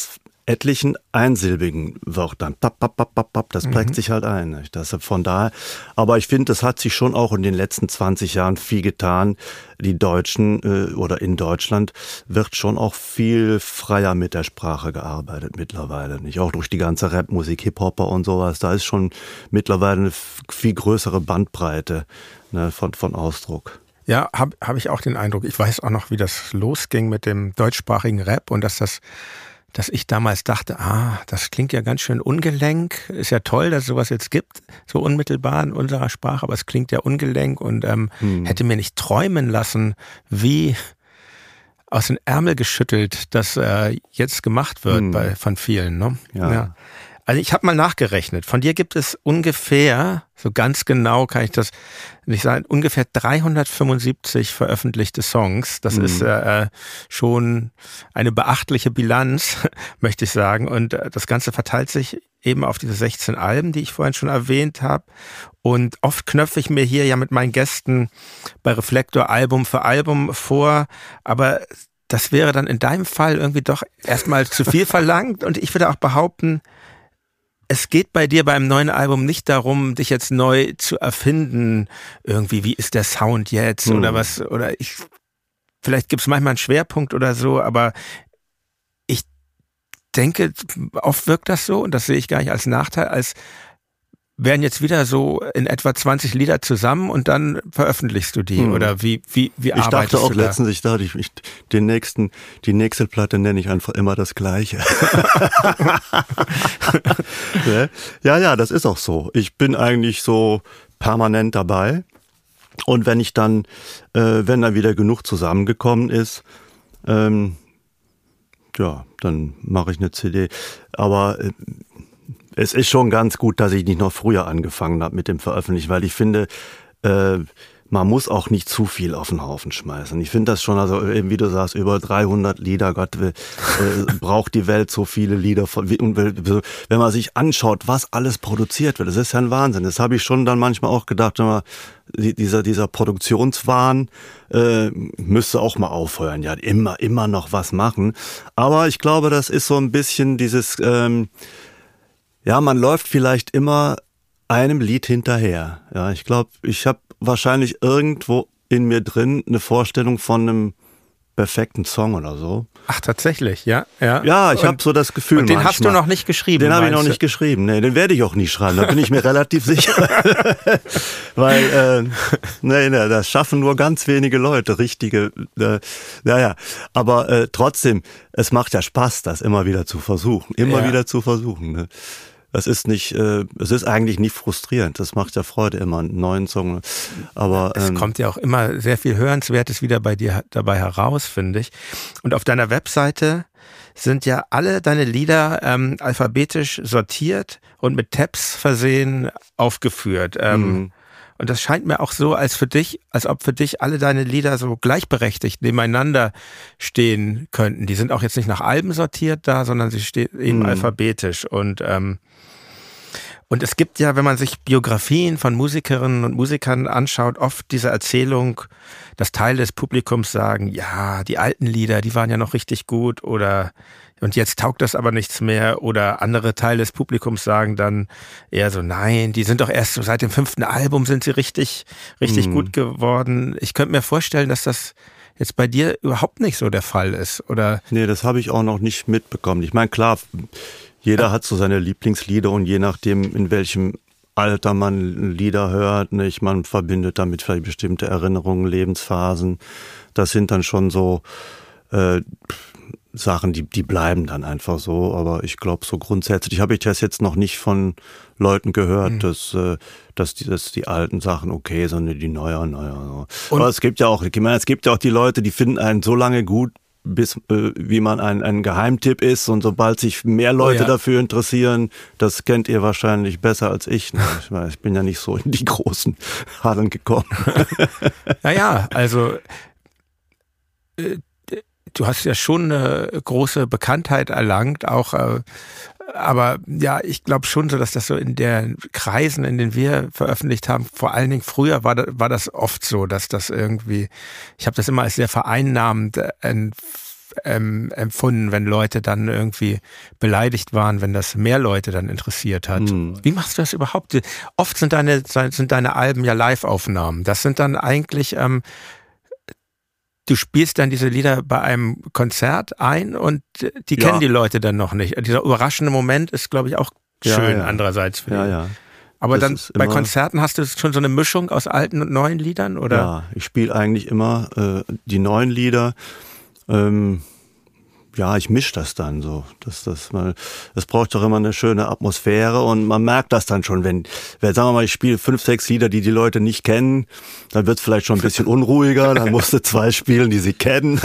etlichen einsilbigen Wörtern. Das prägt sich halt ein. Nicht? Das von daher. Aber ich finde, das hat sich schon auch in den letzten 20 Jahren viel getan. Die Deutschen oder in Deutschland wird schon auch viel freier mit der Sprache gearbeitet mittlerweile. Nicht auch durch die ganze Rapmusik, Hip-Hopper und sowas. Da ist schon mittlerweile eine viel größere Bandbreite, ne, von Ausdruck. Ja, hab ich auch den Eindruck. Ich weiß auch noch, wie das losging mit dem deutschsprachigen Rap und dass ich damals dachte, das klingt ja ganz schön ungelenk. Ist ja toll, dass es sowas jetzt gibt, so unmittelbar in unserer Sprache, aber es klingt ja ungelenk und hätte mir nicht träumen lassen, wie aus den Ärmel geschüttelt das jetzt gemacht wird von vielen. Ne? Ja. Also ich habe mal nachgerechnet. Von dir gibt es ungefähr, so ganz genau kann ich das nicht sagen, ungefähr 375 veröffentlichte Songs. Das ist schon eine beachtliche Bilanz, möchte ich sagen. Und das Ganze verteilt sich eben auf diese 16 Alben, die ich vorhin schon erwähnt habe. Und oft knöpfe ich mir hier ja mit meinen Gästen bei Reflektor Album für Album vor. Aber das wäre dann in deinem Fall irgendwie doch erstmal zu viel verlangt. Und ich würde auch behaupten, es geht bei dir beim neuen Album nicht darum, dich jetzt neu zu erfinden. Irgendwie, wie ist der Sound jetzt oder was? Oder vielleicht gibt es manchmal einen Schwerpunkt oder so, aber ich denke, oft wirkt das so und das sehe ich gar nicht als Nachteil, als wären jetzt wieder so in etwa 20 Lieder zusammen und dann veröffentlichst du die oder wie arbeitest du da? Ich dachte auch letztens, die nächste Platte nenne ich einfach immer das Gleiche. Ja, das ist auch so. Ich bin eigentlich so permanent dabei und wenn dann wieder genug zusammengekommen ist, dann mache ich eine CD. Aber es ist schon ganz gut, dass ich nicht noch früher angefangen habe mit dem Veröffentlichen, weil ich finde, man muss auch nicht zu viel auf den Haufen schmeißen. Ich finde das schon, also eben wie du sagst, über 300 Lieder, Gott, braucht die Welt so viele Lieder. Wenn man sich anschaut, was alles produziert wird, das ist ja ein Wahnsinn. Das habe ich schon dann manchmal auch gedacht, dieser Produktionswahn müsste auch mal aufhören. Ja, immer noch was machen. Aber ich glaube, das ist so ein bisschen dieses... man läuft vielleicht immer einem Lied hinterher. Ja, ich glaube, ich habe wahrscheinlich irgendwo in mir drin eine Vorstellung von einem perfekten Song oder so. Ach, tatsächlich, ja? Ja, ich habe so das Gefühl. Und den hast du noch nicht geschrieben? Den habe ich noch nicht geschrieben. Nee, den werde ich auch nie schreiben. Da bin ich mir relativ sicher. Weil, das schaffen nur ganz wenige Leute, richtige, Aber trotzdem, es macht ja Spaß, das immer wieder zu versuchen. Ne? Es ist eigentlich nie frustrierend. Das macht ja Freude, immer einen neuen Song. Aber es kommt ja auch immer sehr viel Hörenswertes wieder bei dir dabei heraus, finde ich. Und auf deiner Webseite sind ja alle deine Lieder alphabetisch sortiert und mit Tabs versehen aufgeführt. Und das scheint mir auch so, als ob für dich alle deine Lieder so gleichberechtigt nebeneinander stehen könnten. Die sind auch jetzt nicht nach Alben sortiert da, sondern sie stehen eben alphabetisch. Und es gibt ja, wenn man sich Biografien von Musikerinnen und Musikern anschaut, oft diese Erzählung, dass Teile des Publikums sagen, ja, die alten Lieder, die waren ja noch richtig gut und jetzt taugt das aber nichts mehr, oder andere Teile des Publikums sagen dann eher so, nein, die sind doch erst so seit dem 5. Album sind sie richtig gut geworden. Ich könnte mir vorstellen, dass das jetzt bei dir überhaupt nicht so der Fall ist, oder? Nee, das habe ich auch noch nicht mitbekommen. Ich meine, klar, jeder hat so seine Lieblingslieder und je nachdem, in welchem Alter man Lieder hört, nicht, man verbindet damit vielleicht bestimmte Erinnerungen, Lebensphasen. Das sind dann schon so Sachen, die bleiben dann einfach so. Aber ich glaube, so grundsätzlich habe ich das jetzt noch nicht von Leuten gehört, dass die alten Sachen okay sind, die neueren. Aber es gibt ja auch die Leute, die finden einen so lange gut, bis wie man ein Geheimtipp ist, und sobald sich mehr Leute dafür interessieren, das kennt ihr wahrscheinlich besser als ich. Ne? Ich bin ja nicht so in die großen Hallen gekommen. Naja, also du hast ja schon eine große Bekanntheit erlangt, auch aber ja, ich glaube schon so, dass das so in den Kreisen, in denen wir veröffentlicht haben, vor allen Dingen früher war das oft so, dass das irgendwie, ich habe das immer als sehr vereinnahmend empfunden, wenn Leute dann irgendwie beleidigt waren, wenn das mehr Leute dann interessiert hat. Wie machst du das überhaupt? Oft sind deine Alben ja Live-Aufnahmen. Das sind dann eigentlich, du spielst dann diese Lieder bei einem Konzert ein und die kennen die Leute dann noch nicht. Dieser überraschende Moment ist, glaube ich, auch schön andererseits für die. Ja. Aber dann bei Konzerten hast du schon so eine Mischung aus alten und neuen Liedern, oder? Ja, ich spiele eigentlich immer die neuen Lieder. Ich mische das dann so. Das braucht doch immer eine schöne Atmosphäre und man merkt das dann schon, wenn sagen wir mal, ich spiele 5, 6 Lieder, die Leute nicht kennen, dann wird es vielleicht schon ein bisschen unruhiger, dann musst du 2 spielen, die sie kennen.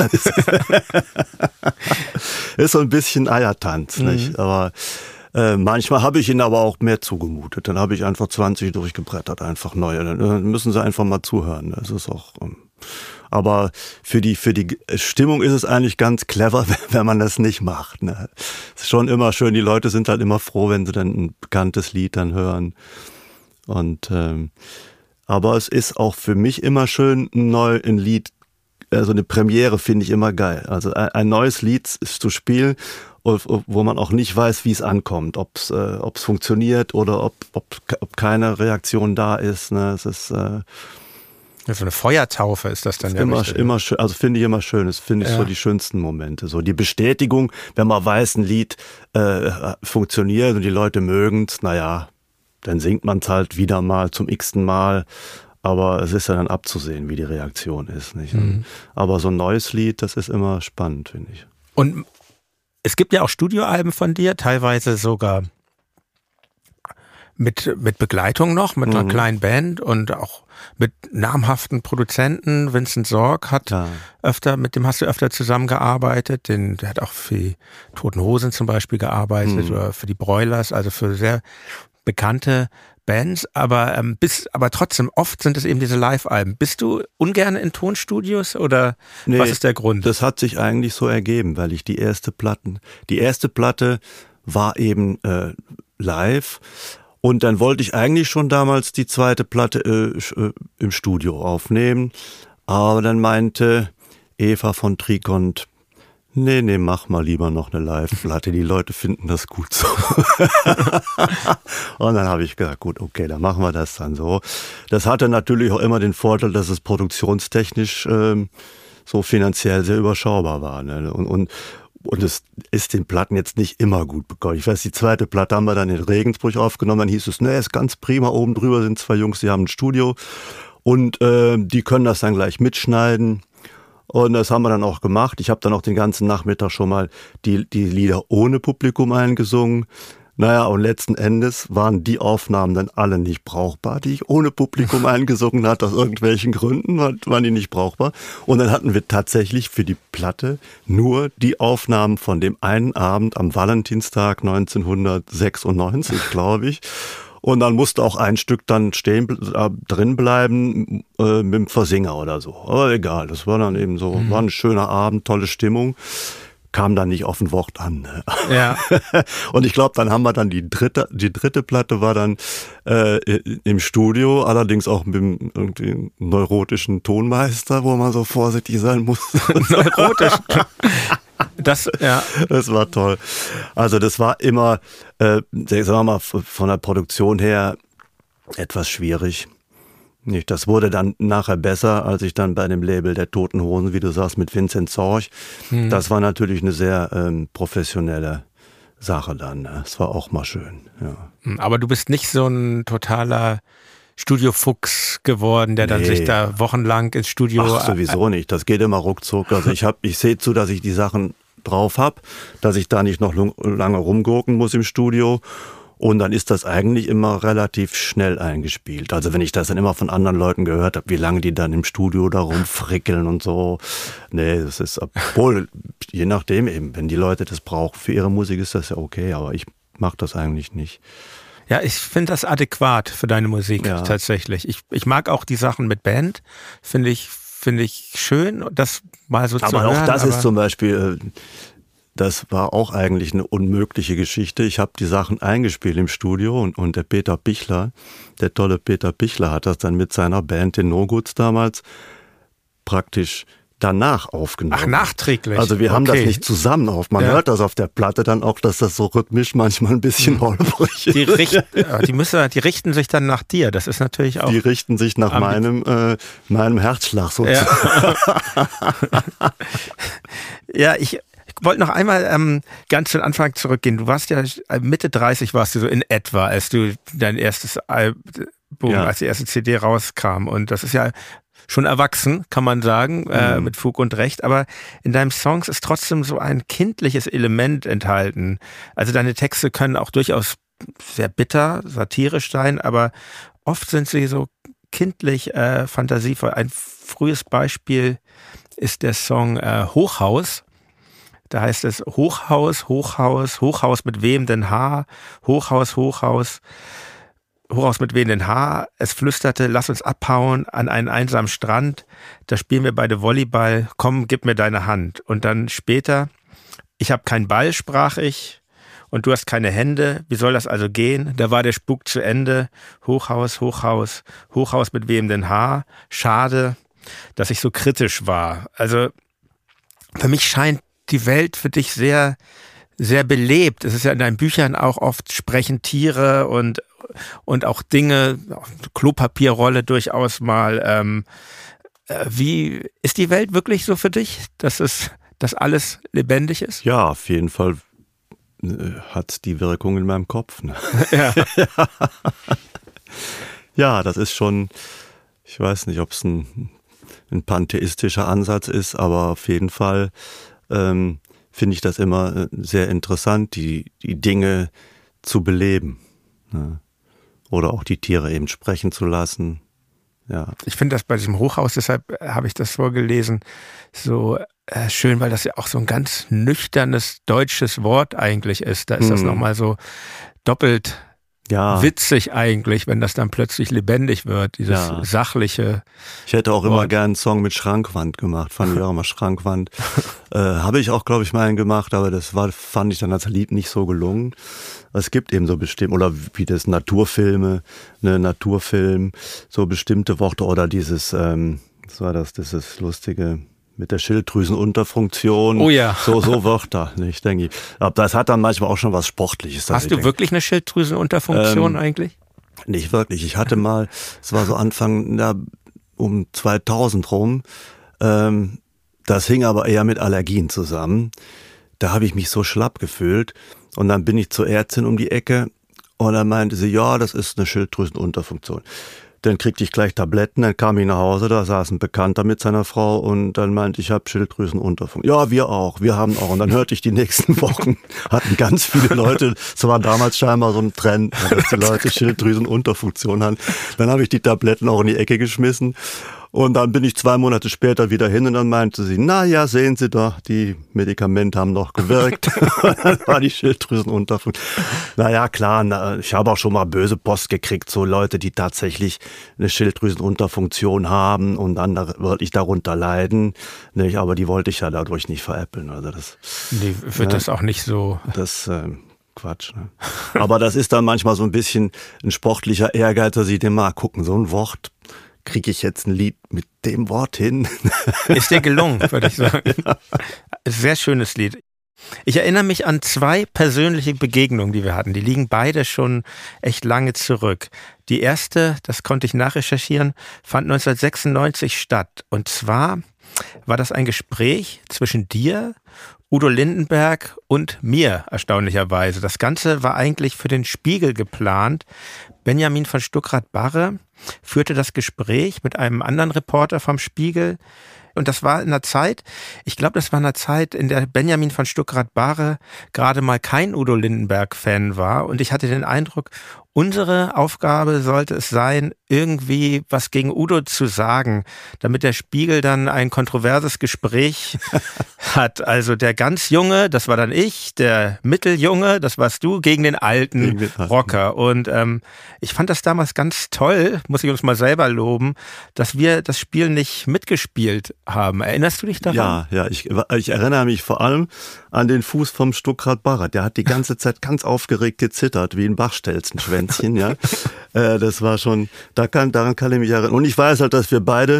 Ist so ein bisschen Eiertanz, nicht? Aber manchmal habe ich ihnen aber auch mehr zugemutet. Dann habe ich einfach 20 durchgebrettert, einfach neue. Dann müssen sie einfach mal zuhören. Das ist auch. Aber für die Stimmung ist es eigentlich ganz clever, wenn man das nicht macht. Ne? Es ist schon immer schön. Die Leute sind halt immer froh, wenn sie dann ein bekanntes Lied dann hören. Und aber es ist auch für mich immer schön, ein Lied. Also eine Premiere finde ich immer geil. Also ein neues Lied zu spielen, wo man auch nicht weiß, wie es ankommt, ob es funktioniert oder ob keine Reaktion da ist. Ne? Es ist so eine Feuertaufe ist das dann ja immer schön. Also finde ich immer schön. Das finde ich so die schönsten Momente. So die Bestätigung, wenn man weiß, ein Lied funktioniert und die Leute mögen es. Naja, dann singt man es halt wieder mal zum x-ten Mal. Aber es ist ja dann abzusehen, wie die Reaktion ist. Nicht? Aber so ein neues Lied, das ist immer spannend, finde ich. Und es gibt ja auch Studioalben von dir, teilweise sogar mit Begleitung noch, mit einer kleinen Band und auch mit namhaften Produzenten. Vincent Sorg mit dem hast du öfter zusammengearbeitet. Der hat auch für die Toten Hosen zum Beispiel gearbeitet oder für die Broilers, also für sehr bekannte Bands, aber trotzdem oft sind es eben diese Live-Alben. Bist du ungern in Tonstudios oder was ist der Grund? Das hat sich eigentlich so ergeben, weil ich die erste Platte war eben live und dann wollte ich eigentlich schon damals die zweite Platte im Studio aufnehmen, aber dann meinte Eva von Trikont, nee, mach mal lieber noch eine Live-Platte. Die Leute finden das gut so. Und dann habe ich gesagt, gut, okay, dann machen wir das dann so. Das hatte natürlich auch immer den Vorteil, dass es produktionstechnisch so finanziell sehr überschaubar war. Ne? Und es ist den Platten jetzt nicht immer gut bekommen. Ich weiß, die zweite Platte haben wir dann in Regensburg aufgenommen. Dann hieß es, ist ganz prima. Oben drüber sind 2 Jungs, die haben ein Studio. Und die können das dann gleich mitschneiden. Und das haben wir dann auch gemacht. Ich habe dann auch den ganzen Nachmittag schon mal die Lieder ohne Publikum eingesungen. Naja, und letzten Endes waren die Aufnahmen dann alle nicht brauchbar, die ich ohne Publikum eingesungen hatte. Aus irgendwelchen Gründen waren die nicht brauchbar. Und dann hatten wir tatsächlich für die Platte nur die Aufnahmen von dem einen Abend am Valentinstag 1996, glaube ich. Und dann musste auch ein Stück dann drin bleiben mit dem Versinger oder so. Aber egal, das war dann eben so, war ein schöner Abend, tolle Stimmung. Kam dann nicht auf ein Wort an. Ne? Ja. Und ich glaube, dann haben wir dann die dritte Platte war dann im Studio, allerdings auch mit dem irgendwie neurotischen Tonmeister, wo man so vorsichtig sein muss. Neurotisch. Das war toll. Also das war immer, sagen wir mal, von der Produktion her etwas schwierig. Nicht, das wurde dann nachher besser, als ich dann bei dem Label der Toten Hosen, wie du sagst, mit Vincent Sorg. Das war natürlich eine sehr professionelle Sache dann. Ne? Das war auch mal schön. Ja. Aber du bist nicht so ein totaler Studiofuchs geworden, der dann sich da wochenlang ins Studio... Ach, sowieso nicht. Das geht immer ruckzuck. Also ich sehe zu, dass ich die Sachen drauf habe, dass ich da nicht noch lange rumgurken muss im Studio. Und dann ist das eigentlich immer relativ schnell eingespielt. Also wenn ich das dann immer von anderen Leuten gehört habe, wie lange die dann im Studio da rumfrickeln und so. Nee, das ist, obwohl, je nachdem eben, wenn die Leute das brauchen für ihre Musik, ist das ja okay, aber ich mache das eigentlich nicht. Ja, ich finde das adäquat für deine Musik tatsächlich. Ich mag auch die Sachen mit Band, finde ich schön, das mal so zu hören. Aber auch das ist zum Beispiel... Das war auch eigentlich eine unmögliche Geschichte. Ich habe die Sachen eingespielt im Studio und der Peter Pichler, der tolle Peter Pichler, hat das dann mit seiner Band, den No Goods damals, praktisch danach aufgenommen. Ach, nachträglich. Also wir haben das nicht zusammen auf. Man hört das auf der Platte dann auch, dass das so rhythmisch manchmal ein bisschen holprig ist. Die richten sich dann nach dir. Das ist natürlich auch... Die richten sich nach meinem Herzschlag sozusagen. Ja, ich wollte noch einmal ganz zu den Anfang zurückgehen. Du warst ja Mitte 30 warst du so in etwa, als du dein erstes Album, als die erste CD rauskam. Und das ist ja schon erwachsen, kann man sagen, mit Fug und Recht. Aber in deinen Songs ist trotzdem so ein kindliches Element enthalten. Also deine Texte können auch durchaus sehr bitter, satirisch sein, aber oft sind sie so kindlich fantasievoll. Ein frühes Beispiel ist der Song Hochhaus. Da heißt es Hochhaus, Hochhaus, Hochhaus mit wem denn Haar? Hochhaus, Hochhaus, Hochhaus mit wem denn Haar? Es flüsterte, lass uns abhauen an einen einsamen Strand. Da spielen wir beide Volleyball. Komm, gib mir deine Hand. Und dann später, ich habe keinen Ball, sprach ich. Und du hast keine Hände. Wie soll das also gehen? Da war der Spuk zu Ende. Hochhaus, Hochhaus, Hochhaus mit wem denn Haar? Schade, dass ich so kritisch war. Also für mich scheint die Welt für dich sehr, sehr belebt. Es ist ja in deinen Büchern auch oft sprechen Tiere und auch Dinge, Klopapierrolle durchaus mal. Wie ist die Welt wirklich so für dich, dass alles lebendig ist? Ja, auf jeden Fall hat die Wirkung in meinem Kopf. Ne? Ja. Ja, das ist schon, ich weiß nicht, ob es ein pantheistischer Ansatz ist, aber auf jeden Fall finde ich das immer sehr interessant, die Dinge zu beleben. Ne? Oder auch die Tiere eben sprechen zu lassen. Ja. Ich finde das bei diesem Hochhaus, deshalb habe ich das vorgelesen, so schön, weil das ja auch so ein ganz nüchternes deutsches Wort eigentlich ist. Da ist das nochmal so doppelt witzig eigentlich, wenn das dann plötzlich lebendig wird, dieses sachliche. Ich hätte auch immer gern einen Song mit Schrankwand gemacht, fand ich auch immer Schrankwand. Habe ich auch, glaube ich, mal einen gemacht, aber fand ich dann als Lied nicht so gelungen. Es gibt eben so bestimmt, oder wie das Naturfilme, ne, Naturfilm, so bestimmte Worte oder dieses, was war das, dieses lustige mit der Schilddrüsenunterfunktion. Oh ja. So Wörter, ich denke. Aber das hat dann manchmal auch schon was Sportliches. Hast du wirklich eine Schilddrüsenunterfunktion eigentlich? Nicht wirklich. Ich hatte mal, es war so Anfang um 2000 rum, das hing aber eher mit Allergien zusammen. Da habe ich mich so schlapp gefühlt und dann bin ich zur Ärztin um die Ecke und dann meinte sie, ja, das ist eine Schilddrüsenunterfunktion. Dann kriegte ich gleich Tabletten, dann kam ich nach Hause, da saß ein Bekannter mit seiner Frau und dann meinte ich, habe Schilddrüsenunterfunktion. Ja, wir haben auch. Und dann hörte ich die nächsten Wochen, hatten ganz viele Leute, es war damals scheinbar so ein Trend, dass die Leute Schilddrüsenunterfunktion hatten. Dann habe ich die Tabletten auch in die Ecke geschmissen. Und dann bin ich 2 Monate später wieder hin und dann meinte sie, na ja, sehen Sie doch, die Medikamente haben noch gewirkt. Dann war die Schilddrüsenunterfunktion. Naja, klar, ich habe auch schon mal böse Post gekriegt, so Leute, die tatsächlich eine Schilddrüsenunterfunktion haben und dann wirklich darunter leiden. Nicht, aber die wollte ich ja dadurch nicht veräppeln. Also das, wird das auch nicht so... Das Quatsch. Ne? Aber das ist dann manchmal so ein bisschen ein sportlicher Ehrgeiz, dass ich dem mal gucken, so ein Wort... Kriege ich jetzt ein Lied mit dem Wort hin? Ist dir gelungen, würde ich sagen. Ja. Sehr schönes Lied. Ich erinnere mich an 2 persönliche Begegnungen, die wir hatten. Die liegen beide schon echt lange zurück. Die erste, das konnte ich nachrecherchieren, fand 1996 statt. Und zwar war das ein Gespräch zwischen dir, Udo Lindenberg und mir, erstaunlicherweise. Das Ganze war eigentlich für den Spiegel geplant. Benjamin von Stuckrad-Barre führte das Gespräch mit einem anderen Reporter vom Spiegel. Und das war in einer Zeit, ich glaube, das war in einer Zeit, in der Benjamin von Stuckrad-Barre gerade mal kein Udo Lindenberg-Fan war. Und ich hatte den Eindruck, unsere Aufgabe sollte es sein, irgendwie was gegen Udo zu sagen, damit der Spiegel dann ein kontroverses Gespräch hat. Also der ganz Junge, das war dann ich, der Mitteljunge, das warst du, gegen den alten Rocker. Und ich fand das damals ganz toll, muss ich uns mal selber loben, dass wir das Spiel nicht mitgespielt haben. Erinnerst du dich daran? Ja, ich erinnere mich vor allem an den Fuß vom Stuckrad-Barre. Der hat die ganze Zeit ganz aufgeregt gezittert, wie ein Bachstelzenschwänzchen, ja. Das war schon, daran kann ich mich erinnern. Und ich weiß halt, dass wir beide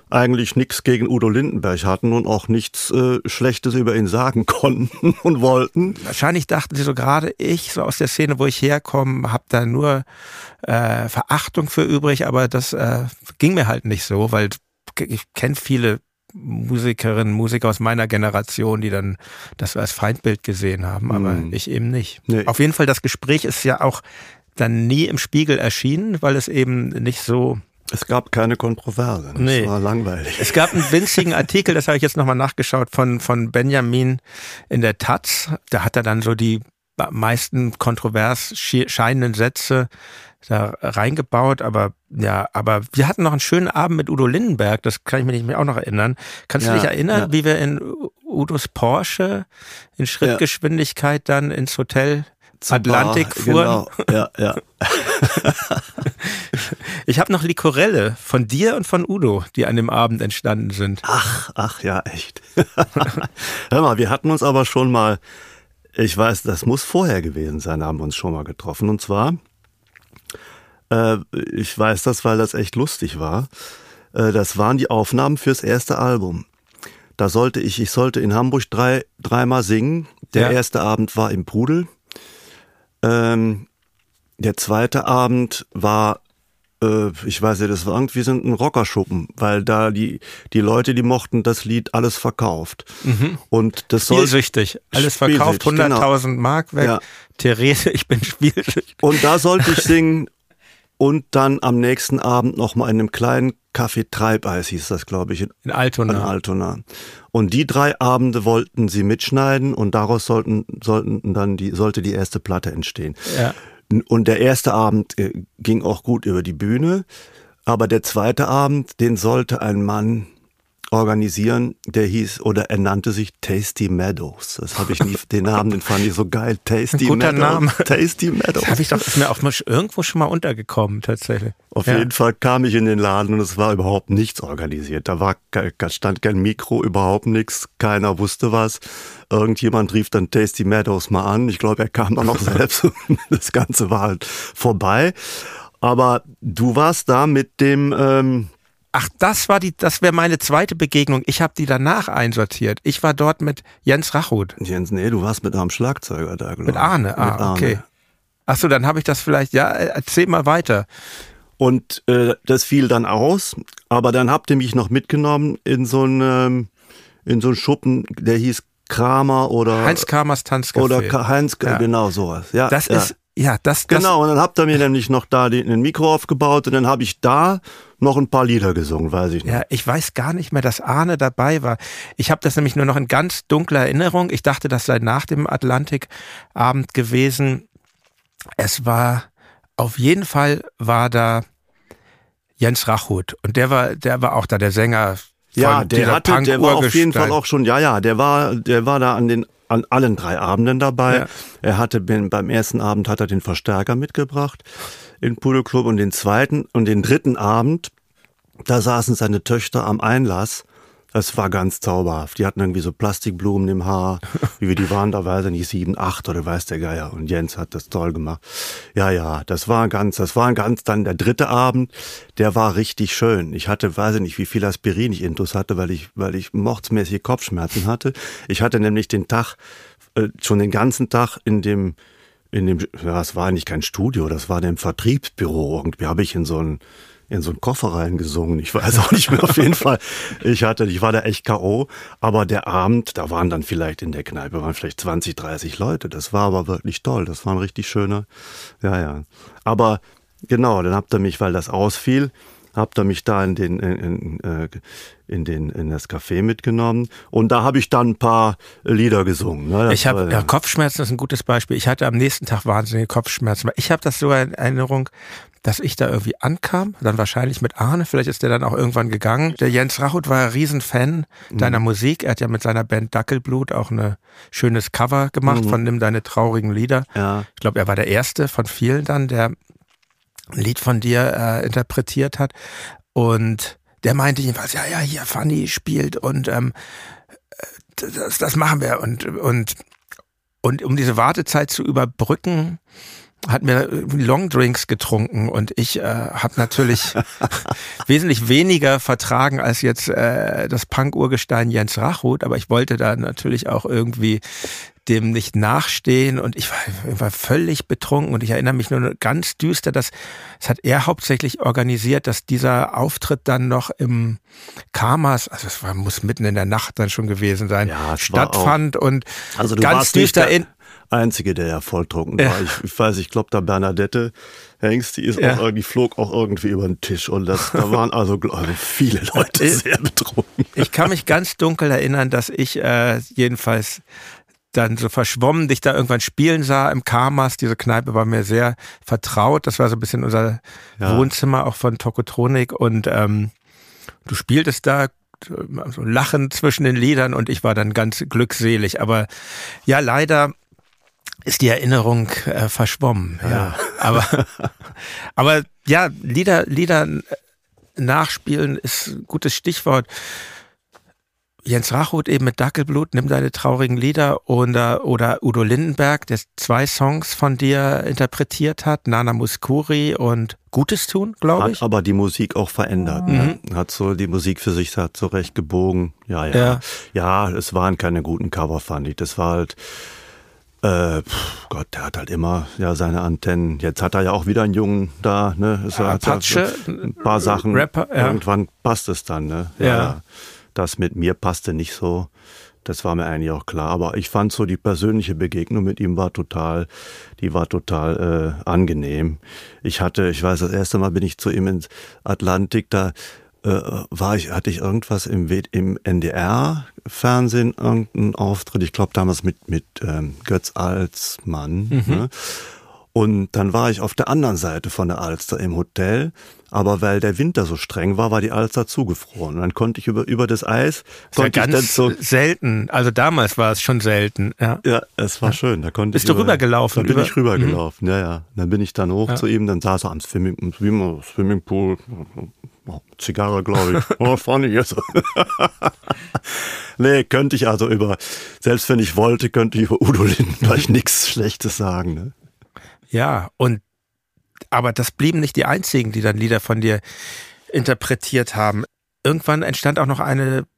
eigentlich nichts gegen Udo Lindenberg hatten und auch nichts Schlechtes über ihn sagen konnten und wollten. Wahrscheinlich dachten sie so, gerade ich, so aus der Szene, wo ich herkomme, habe da nur Verachtung für übrig, aber das ging mir halt nicht so, weil ich kenne viele Musikerinnen, Musiker aus meiner Generation, die dann das als Feindbild gesehen haben, aber ich eben nicht. Nee. Auf jeden Fall, das Gespräch ist ja auch dann nie im Spiegel erschienen, weil es eben nicht so... Es gab keine Kontroverse, das war langweilig. Es gab einen winzigen Artikel, das habe ich jetzt nochmal nachgeschaut, von Benjamin in der Taz. Da hat er dann so die meisten kontrovers scheinenden Sätze da reingebaut, aber wir hatten noch einen schönen Abend mit Udo Lindenberg, das kann ich mich auch noch erinnern. Kannst du dich erinnern, wie wir in Udos Porsche in Schrittgeschwindigkeit dann ins Hotel Atlantik fuhren? Genau. Ja. Ich habe noch Likorelle von dir und von Udo, die an dem Abend entstanden sind. Ach ja, echt. Hör mal, wir hatten uns aber schon mal, ich weiß, das muss vorher gewesen sein, haben wir uns schon mal getroffen. Und zwar, ich weiß das, weil das echt lustig war. Das waren die Aufnahmen fürs erste Album. Da sollte ich sollte in Hamburg dreimal singen. Der erste Abend war im Pudel. Der zweite Abend war, ich weiß nicht, das war irgendwie so ein Rockerschuppen, weil da die Leute, die mochten das Lied Alles verkauft. Und das spielsüchtig. Alles verkauft, 100.000 Mark weg. Ja. Therese, ich bin spielsüchtig. Und da sollte ich singen und dann am nächsten Abend noch mal in einem kleinen Café Treibeis, hieß das, glaube ich. In Altona. Und die 3 Abende wollten sie mitschneiden und daraus sollte die erste Platte entstehen. Ja. Und der erste Abend ging auch gut über die Bühne, aber der zweite Abend, den sollte ein Mann organisieren, er nannte sich Tasty Meadows. Das habe ich nie, den Namen, den fand ich so geil. Tasty Guter Meadows. Name. Tasty Meadows. Das ist mir auch irgendwo schon mal untergekommen, tatsächlich. Auf jeden Fall kam ich in den Laden und es war überhaupt nichts organisiert. Da stand kein Mikro, überhaupt nichts. Keiner wusste was. Irgendjemand rief dann Tasty Meadows mal an. Ich glaube, er kam dann auch selbst. Das Ganze war halt vorbei. Aber du warst da mit dem, Ach, das wäre meine zweite Begegnung. Ich habe die danach einsortiert. Ich war dort mit Jens Rachut. Du warst mit einem Schlagzeuger da, glaube ich. Mit Arne, okay. Ach so, dann habe ich das vielleicht, erzähl mal weiter. Und das fiel dann aus, aber dann habt ihr mich noch mitgenommen in so einen Schuppen, der hieß Kramer oder... Heinz Kramers Tanzcafé. Oder genau sowas. Ja, das ist... Ja, das. Genau, und dann habt ihr mir nämlich noch da ein Mikro aufgebaut und dann habe ich da noch ein paar Lieder gesungen, weiß ich nicht. Ja, ich weiß gar nicht mehr, dass Arne dabei war. Ich habe das nämlich nur noch in ganz dunkler Erinnerung. Ich dachte, das sei nach dem Atlantikabend gewesen. Es war, auf jeden Fall war da Jens Rachut und der war auch da, der Sänger. Ja, der war auf jeden Fall auch schon, der war da an allen 3 Abenden dabei. Ja. Er hatte beim ersten Abend hat er den Verstärker mitgebracht in Pudelclub und den zweiten und den dritten Abend, da saßen seine Töchter am Einlass. Das war ganz zauberhaft. Die hatten irgendwie so Plastikblumen im Haar, die waren da, weiß ich nicht, 7, 8 oder weiß der Geier. Und Jens hat das toll gemacht. Ja, das war dann der dritte Abend, der war richtig schön. Ich hatte, weiß ich nicht, wie viel Aspirin ich intus hatte, weil ich mordsmäßige Kopfschmerzen hatte. Ich hatte nämlich schon den ganzen Tag in dem, es war eigentlich kein Studio, das war dem Vertriebsbüro. Irgendwie habe ich in so einen Koffer reingesungen. Ich weiß auch nicht mehr, auf jeden Fall. Ich war da echt K.O. Aber der Abend, da waren dann vielleicht in der Kneipe, 20, 30 Leute. Das war aber wirklich toll. Das war ein richtig schöner, ja. Aber genau, dann habt ihr mich, weil das ausfiel, habt ihr mich da in das Café mitgenommen und da habe ich dann ein paar Lieder gesungen. Ne? Kopfschmerzen ist ein gutes Beispiel. Ich hatte am nächsten Tag wahnsinnige Kopfschmerzen. Ich habe das sogar in Erinnerung, dass ich da irgendwie ankam, dann wahrscheinlich mit Arne, vielleicht ist der dann auch irgendwann gegangen. Der Jens Rachut war ein Riesenfan deiner Musik. Er hat ja mit seiner Band Dackelblut auch ein schönes Cover gemacht von Nimm deine traurigen Lieder. Ja. Ich glaube, er war der Erste von vielen dann, der ein Lied von dir interpretiert hat. Und der meinte jedenfalls, ja, hier Fanny spielt und das machen wir. Und um diese Wartezeit zu überbrücken, hat mir Longdrinks getrunken und ich habe natürlich wesentlich weniger vertragen als jetzt das Punk-Urgestein Jens Rachut, aber ich wollte da natürlich auch irgendwie dem nicht nachstehen und ich war völlig betrunken und ich erinnere mich nur ganz düster, das hat er hauptsächlich organisiert, dass dieser Auftritt dann noch im Karmas, also es muss mitten in der Nacht dann schon gewesen sein, stattfand und also du ganz warst düster nicht der Einzige, der ja volltrunken war. Ich glaube, da Bernadette Hengst, die ist auch, die flog auch irgendwie über den Tisch und da waren also viele Leute sehr betrunken. Ich kann mich ganz dunkel erinnern, dass ich jedenfalls dann so verschwommen dich da irgendwann spielen sah im Karmas. Diese Kneipe war mir sehr vertraut. Das war so ein bisschen unser Wohnzimmer auch von Tokotronik und du spieltest da so lachend zwischen den Liedern und ich war dann ganz glückselig. Aber ja, leider ist die Erinnerung verschwommen. Ja. Aber ja, Lieder nachspielen ist ein gutes Stichwort. Jens Rachut eben mit Dackelblut, Nimm deine traurigen Lieder oder Udo Lindenberg, der 2 Songs von dir interpretiert hat, Nana Mouskouri und Gutes tun, glaube ich. Hat aber die Musik auch verändert. Ne? Hat so die Musik für sich zurecht gebogen. Ja, es waren keine guten Cover, fand ich. Das war halt, Gott, der hat halt immer seine Antennen. Jetzt hat er ja auch wieder einen Jungen da, ne? Apache, ein paar Sachen. Rapper, Irgendwann passt es dann, ne? Ja. Das mit mir passte nicht so. Das war mir eigentlich auch klar. Aber ich fand so die persönliche Begegnung mit ihm war total angenehm. Ich weiß, das erste Mal bin ich zu ihm ins Atlantik, da hatte ich irgendwas im NDR-Fernsehen, irgendeinen Auftritt. Ich glaube damals mit Götz Alsmann. Ne? Und dann war ich auf der anderen Seite von der Alster im Hotel, aber weil der Winter so streng war, war die Alster zugefroren. Und dann konnte ich über das Eis... Das ist ja ganz selten, also damals war es schon selten. Ja, es war schön. Da konnte Bist du rübergelaufen? Da bin ich rübergelaufen, ja. Dann bin ich dann hoch zu ihm, dann saß er am Swimmingpool, Zigarre, glaube ich. Fand ich jetzt. Nee, könnte ich also selbst wenn ich wollte, könnte ich über Udo Lindenberg nichts Schlechtes sagen, ne? Ja, aber das blieben nicht die einzigen, die dann Lieder von dir interpretiert haben. Irgendwann entstand auch noch eine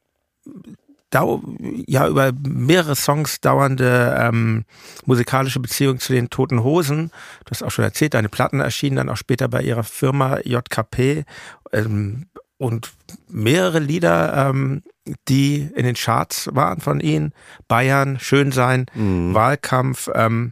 über mehrere Songs dauernde musikalische Beziehung zu den Toten Hosen. Du hast auch schon erzählt, deine Platten erschienen dann auch später bei ihrer Firma JKP und mehrere Lieder, die in den Charts waren von ihnen. Bayern, Schönsein, Wahlkampf,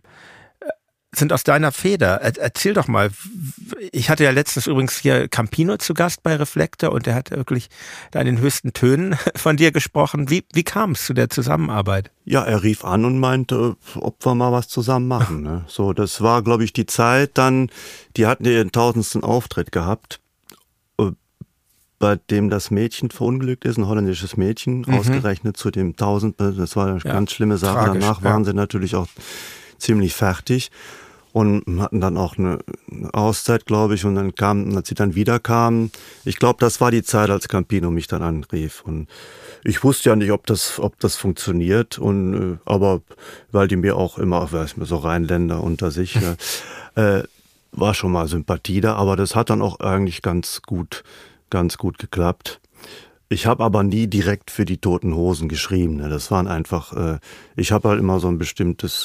sind aus deiner Feder. Erzähl doch mal. Ich hatte ja letztens übrigens hier Campino zu Gast bei Reflektor und der hat wirklich da in den höchsten Tönen von dir gesprochen. Wie kam es zu der Zusammenarbeit? Ja, er rief an und meinte, ob wir mal was zusammen machen. Ne? So, das war, glaube ich, die Zeit dann, die hatten ihren 1000. Auftritt gehabt, bei dem das Mädchen verunglückt ist, ein holländisches Mädchen, ausgerechnet zu dem 1000. Das war eine ganz schlimme Sache. Tragisch, danach waren sie natürlich auch ziemlich fertig. Und hatten dann auch eine Auszeit, glaube ich, und dann als sie dann wieder kamen, ich glaube, das war die Zeit, als Campino mich dann anrief. Und ich wusste ja nicht, ob das funktioniert, aber weil die mir auch immer, so Rheinländer unter sich, war schon mal Sympathie da, aber das hat dann auch eigentlich ganz gut geklappt. Ich habe aber nie direkt für die Toten Hosen geschrieben. Ne? Das waren einfach, ich habe halt immer so ein bestimmtes,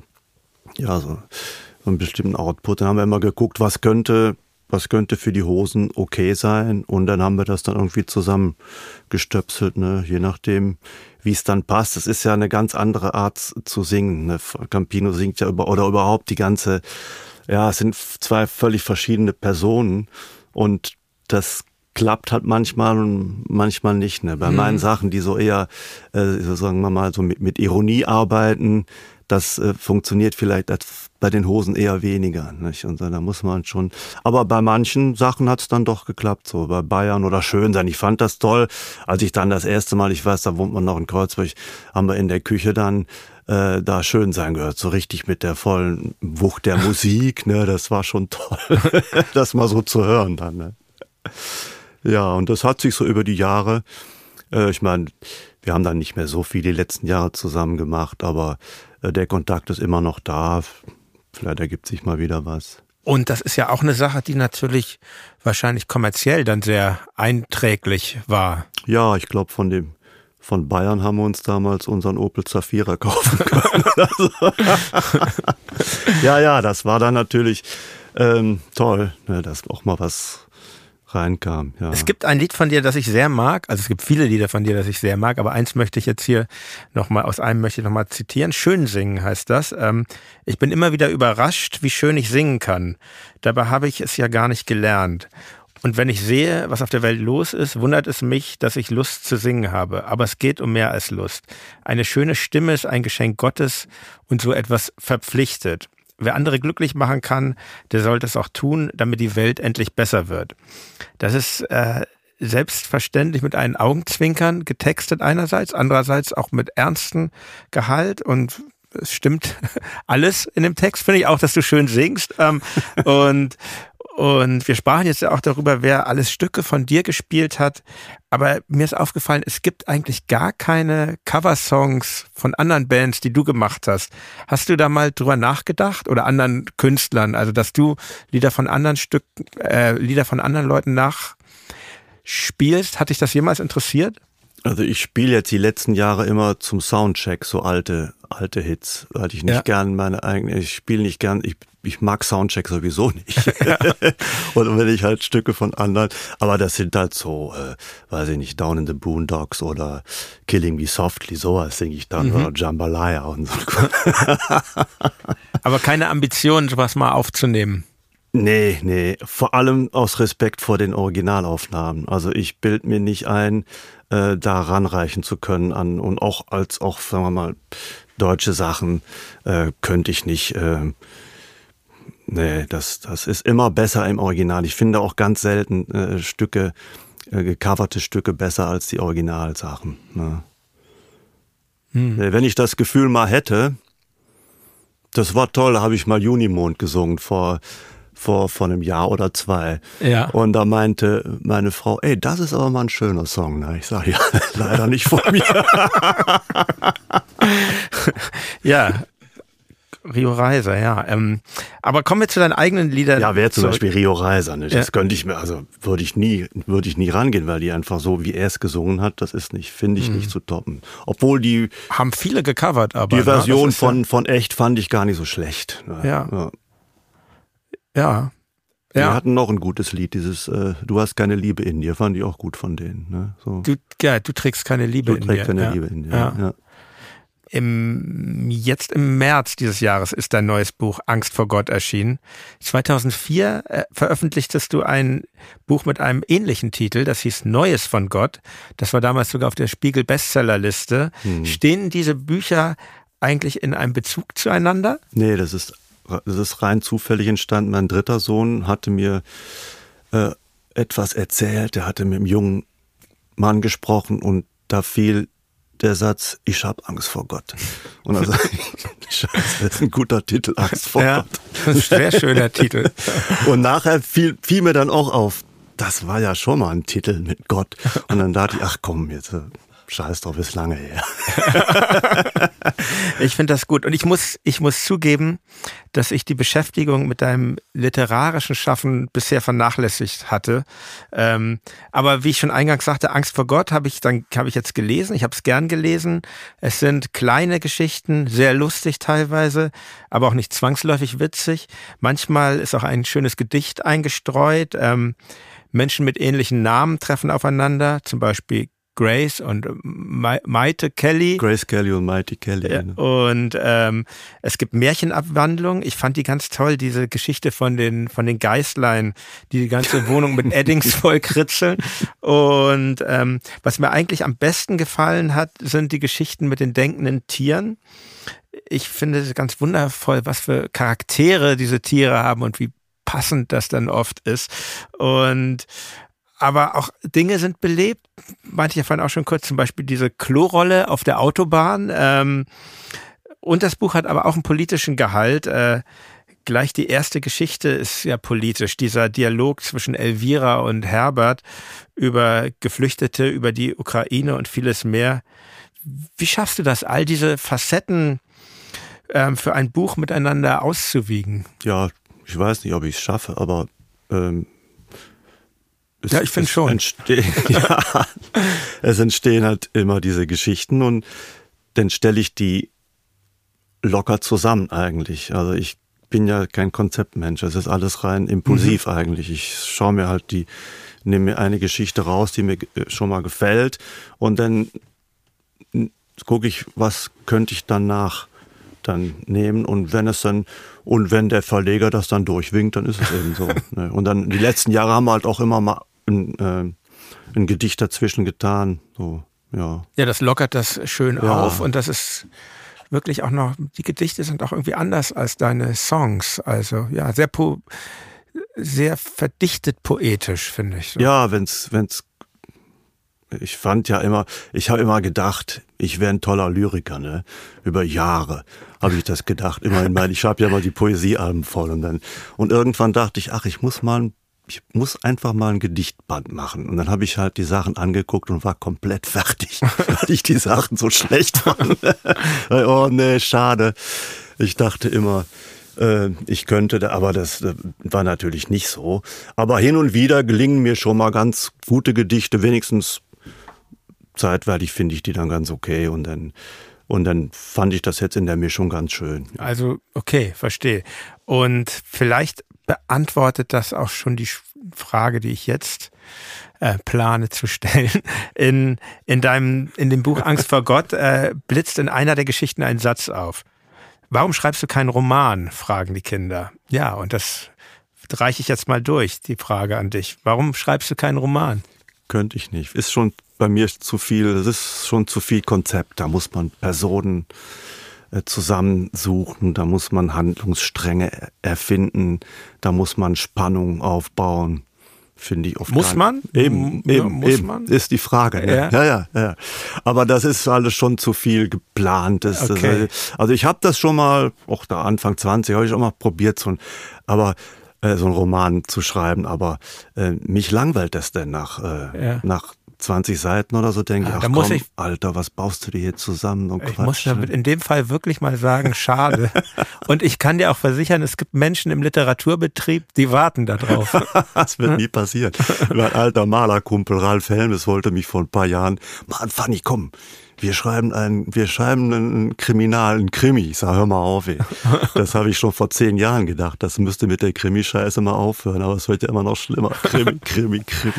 so einen bestimmten Output. Dann haben wir immer geguckt, was könnte für die Hosen okay sein, und dann haben wir das dann irgendwie zusammengestöpselt, ne? Je nachdem, wie es dann passt. Es ist ja eine ganz andere Art zu singen. Ne? Campino singt ja oder überhaupt die ganze, es sind 2 völlig verschiedene Personen, und das klappt halt manchmal und manchmal nicht. Ne? Bei meinen Sachen, die so eher, sagen wir mal, so mit Ironie arbeiten, das funktioniert vielleicht bei den Hosen eher weniger. Nicht? Und da muss man schon. Aber bei manchen Sachen hat es dann doch geklappt, so bei Bayern oder Schönsein. Ich fand das toll, als ich dann das erste Mal, ich weiß, da wohnt man noch in Kreuzberg, haben wir in der Küche dann da Schönsein gehört, so richtig mit der vollen Wucht der Musik. Ne? Das war schon toll, das mal so zu hören dann. Ne? Ja, und das hat sich so über die Jahre, ich meine, wir haben dann nicht mehr so viel die letzten Jahre zusammen gemacht, aber der Kontakt ist immer noch da. Vielleicht ergibt sich mal wieder was. Und das ist ja auch eine Sache, die natürlich wahrscheinlich kommerziell dann sehr einträglich war. Ja, ich glaube, von Bayern haben wir uns damals unseren Opel Zafira kaufen können. Ja, das war dann natürlich toll, ne, dass auch mal was reinkam. Ja. Es gibt ein Lied von dir, das ich sehr mag. Also es gibt viele Lieder von dir, das ich sehr mag. Aber eins möchte ich jetzt hier aus einem möchte ich nochmal zitieren. Schön singen heißt das. Ich bin immer wieder überrascht, wie schön ich singen kann. Dabei habe ich es ja gar nicht gelernt. Und wenn ich sehe, was auf der Welt los ist, wundert es mich, dass ich Lust zu singen habe. Aber es geht um mehr als Lust. Eine schöne Stimme ist ein Geschenk Gottes und so etwas verpflichtet. Wer andere glücklich machen kann, der sollte es auch tun, damit die Welt endlich besser wird. Das ist selbstverständlich mit einem Augenzwinkern getextet einerseits, andererseits auch mit ernstem Gehalt und es stimmt alles in dem Text, finde ich auch, dass du schön singst. Und wir sprachen jetzt ja auch darüber, wer alles Stücke von dir gespielt hat. Aber mir ist aufgefallen, es gibt eigentlich gar keine Coversongs von anderen Bands, die du gemacht hast. Hast du da mal drüber nachgedacht oder anderen Künstlern, also dass du Lieder von anderen Leuten nachspielst? Hat dich das jemals interessiert? Also ich spiele jetzt die letzten Jahre immer zum Soundcheck so alte Hits, weil ich nicht gern ich spiele nicht gern, ich mag Soundcheck sowieso nicht. Und wenn ich halt Stücke von anderen, aber das sind halt so, weiß ich nicht, Down in the Boondocks oder Killing Me Softly, sowas singe ich dann, oder Jambalaya und so. Aber keine Ambition, sowas mal aufzunehmen. Nee, vor allem aus Respekt vor den Originalaufnahmen. Also ich bild mir nicht ein, da ranreichen zu können an und auch sagen wir mal, deutsche Sachen könnte ich nicht. Nee, das ist immer besser im Original. Ich finde auch ganz selten gecoverte Stücke besser als die Originalsachen. Ne? Wenn ich das Gefühl mal hätte, das war toll, da habe ich mal Junimond gesungen vor einem Jahr oder 2. Ja. Und da meinte meine Frau, ey, das ist aber mal ein schöner Song. Na, ich sage, ja, leider nicht von mir. Ja, Rio Reiser, ja. Aber kommen wir zu deinen eigenen Liedern. Ja, wäre zum Beispiel Rio Reiser. Ne? Das könnte ich mir, also würde ich nie rangehen, weil die einfach so, wie er es gesungen hat, das ist nicht, finde ich nicht zu toppen. Obwohl die haben viele gecovert, aber die Version von Echt fand ich gar nicht so schlecht. Ne? Ja. Wir hatten noch ein gutes Lied, dieses Du hast keine Liebe in dir, fand ich auch gut von denen. Ne? So. Du trägst keine Liebe in dir. Du trägst keine Liebe in dir, ja. Jetzt im März dieses Jahres ist dein neues Buch Angst vor Gott erschienen. 2004 veröffentlichtest du ein Buch mit einem ähnlichen Titel, das hieß Neues von Gott. Das war damals sogar auf der Spiegel-Bestsellerliste. Stehen diese Bücher eigentlich in einem Bezug zueinander? Nee, das ist rein zufällig entstanden. Mein dritter Sohn hatte mir etwas erzählt. Der hatte mit einem jungen Mann gesprochen und da fiel der Satz, ich habe Angst vor Gott. Und also, Scheiße, das ist ein guter Titel, Angst vor Gott. Das ist ein sehr schöner Titel. Und nachher fiel mir dann auch auf, das war ja schon mal ein Titel mit Gott. Und dann dachte ich, ach komm, jetzt scheiß drauf, ist lange her. Ich finde das gut. Und ich muss zugeben, dass ich die Beschäftigung mit deinem literarischen Schaffen bisher vernachlässigt hatte. Aber wie ich schon eingangs sagte, Angst vor Gott habe ich jetzt gelesen. Ich habe es gern gelesen. Es sind kleine Geschichten, sehr lustig teilweise, aber auch nicht zwangsläufig witzig. Manchmal ist auch ein schönes Gedicht eingestreut. Menschen mit ähnlichen Namen treffen aufeinander, zum Beispiel Grace und Maite Kelly. Grace Kelly und Maite Kelly. Ja, und es gibt Märchenabwandlungen. Ich fand die ganz toll, diese Geschichte von den Geißlein, die ganze Wohnung mit Eddings voll kritzeln. Und was mir eigentlich am besten gefallen hat, sind die Geschichten mit den denkenden Tieren. Ich finde es ganz wundervoll, was für Charaktere diese Tiere haben und wie passend das dann oft ist. Aber auch Dinge sind belebt, meinte ich ja vorhin auch schon kurz, zum Beispiel diese Klorolle auf der Autobahn. Und das Buch hat aber auch einen politischen Gehalt. Gleich die erste Geschichte ist ja politisch. Dieser Dialog zwischen Elvira und Herbert über Geflüchtete, über die Ukraine und vieles mehr. Wie schaffst du das, all diese Facetten für ein Buch miteinander auszuwiegen. Ja, ich weiß nicht, ob ich es schaffe, aber ja, ich finde schon. Es entstehen halt immer diese Geschichten und dann stelle ich die locker zusammen eigentlich. Also ich bin ja kein Konzeptmensch, es ist alles rein impulsiv eigentlich. Ich schaue mir halt nehme mir eine Geschichte raus, die mir schon mal gefällt und dann gucke ich, was könnte ich danach dann nehmen und wenn der Verleger das dann durchwinkt, dann ist es eben so. Ne? Und dann die letzten Jahre haben wir halt auch immer mal ein Gedicht dazwischen getan. So, ja. Ja, das lockert das schön auf und das ist wirklich auch noch, die Gedichte sind auch irgendwie anders als deine Songs. Also ja, sehr verdichtet poetisch, finde ich. So. Ja, ich habe immer gedacht, ich wäre ein toller Lyriker, ne? Über Jahre habe ich das gedacht. Ich habe ja mal die Poesiealben voll und irgendwann dachte ich, ich muss einfach mal ein Gedichtband machen. Und dann habe ich halt die Sachen angeguckt und war komplett fertig, weil ich die Sachen so schlecht fand. Oh nee, schade. Ich dachte immer, ich könnte, aber das war natürlich nicht so. Aber hin und wieder gelingen mir schon mal ganz gute Gedichte, wenigstens zeitweilig finde ich die dann ganz okay und dann fand ich das jetzt in der Mischung ganz schön. Also, okay, verstehe. Und vielleicht beantwortet das auch schon die Frage, die ich jetzt plane zu stellen. In dem Buch Angst vor Gott blitzt in einer der Geschichten ein Satz auf. Warum schreibst du keinen Roman? Fragen die Kinder. Ja, und das reiche ich jetzt mal durch, die Frage an dich. Warum schreibst du keinen Roman? Könnte ich nicht. Ist schon bei mir zu viel, es ist schon zu viel Konzept. Da muss man Personen zusammensuchen, da muss man Handlungsstränge erfinden, da muss man Spannung aufbauen. Finde ich oft. Muss man? Eben, man? Ist die Frage. Ne? Ja. Aber das ist alles schon zu viel geplant. Okay. Also ich habe das schon mal, auch da Anfang 20, habe ich auch mal probiert, so einen Roman zu schreiben, aber mich langweilt das denn nach 20 Seiten oder so, denke ich, Alter, was baust du dir hier zusammen? Und ich muss in dem Fall wirklich mal sagen, schade. Und ich kann dir auch versichern, es gibt Menschen im Literaturbetrieb, die warten da drauf. Das wird nie passieren. Mein alter Malerkumpel Ralf Helmes wollte mich vor ein paar Jahren, Mann, Fanny, komm, wir schreiben einen Krimi. Ich sage, hör mal auf, ey. Das habe ich schon vor 10 Jahren gedacht. Das müsste mit der Krimi-Scheiße mal aufhören. Aber es wird ja immer noch schlimmer. Krimi.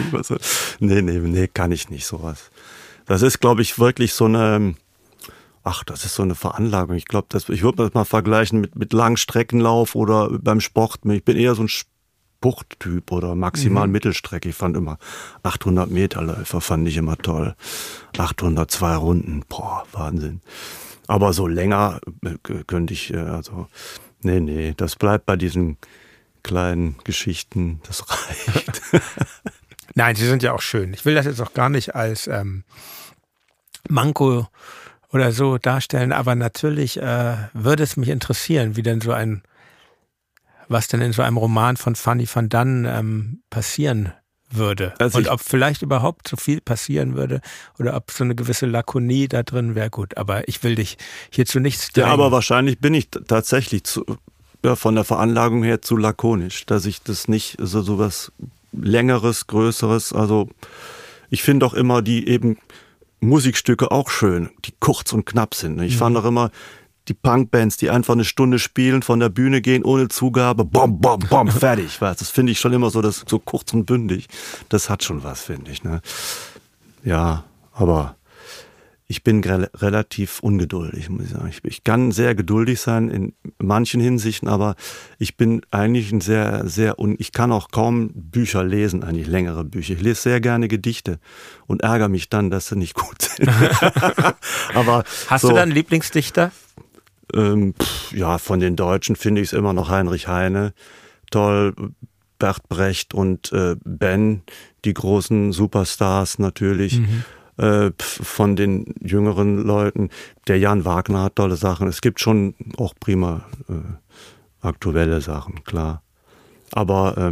Nee, kann ich nicht sowas. Das ist, glaube ich, wirklich so eine Veranlagung. Ich glaube, ich würde das mal vergleichen mit Langstreckenlauf oder beim Sport. Ich bin eher so ein Spurttyp oder maximal Mittelstrecke. Ich fand immer 800 Meter Läufer fand ich immer toll. 802 Runden, Wahnsinn. Aber so länger könnte ich, nee, das bleibt bei diesen kleinen Geschichten, das reicht. Nein, sie sind ja auch schön. Ich will das jetzt auch gar nicht als Manko oder so darstellen, aber natürlich würde es mich interessieren, was denn in so einem Roman von Fanny van Dann passieren würde. Also und ob vielleicht überhaupt so viel passieren würde oder ob so eine gewisse Lakonie da drin wäre, gut. Aber ich will dich hierzu nichts drängen. Ja, aber wahrscheinlich bin ich tatsächlich von der Veranlagung her zu lakonisch, dass ich das nicht so was Längeres, Größeres, also ich finde auch immer die eben Musikstücke auch schön, die kurz und knapp sind. Ich fand auch immer die Punkbands, die einfach eine Stunde spielen, von der Bühne gehen, ohne Zugabe, bom, fertig. Das finde ich schon immer so kurz und bündig. Das hat schon was, finde ich. Ne? Ja, aber ich bin relativ ungeduldig, muss ich sagen. Ich kann sehr geduldig sein in manchen Hinsichten, aber ich bin eigentlich ich kann auch kaum Bücher lesen, eigentlich längere Bücher. Ich lese sehr gerne Gedichte und ärgere mich dann, dass sie nicht gut sind. Aber hast du da einen Lieblingsdichter? Ja, von den Deutschen finde ich es immer noch Heinrich Heine toll, Bert Brecht und Ben, die großen Superstars natürlich. Von den jüngeren Leuten. Der Jan Wagner hat tolle Sachen. Es gibt schon auch prima aktuelle Sachen, klar. Aber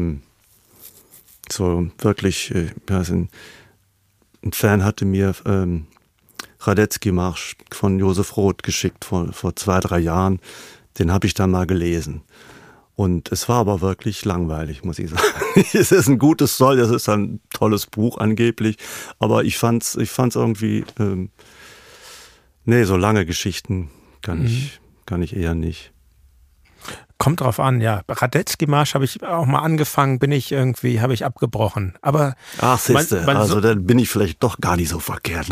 so wirklich, ein Fan hatte mir Radetzky-Marsch von Josef Roth geschickt vor 2-3 Jahren. Den habe ich dann mal gelesen. Und es war aber wirklich langweilig, muss ich sagen. Es ist ein gutes Soll, es ist ein tolles Buch angeblich, aber ich fand's irgendwie, so lange Geschichten kann ich eher nicht. Kommt drauf an, ja. Radetzky-Marsch habe ich auch mal angefangen, habe ich abgebrochen. Aber ach, siehste, also dann bin ich vielleicht doch gar nicht so verkehrt.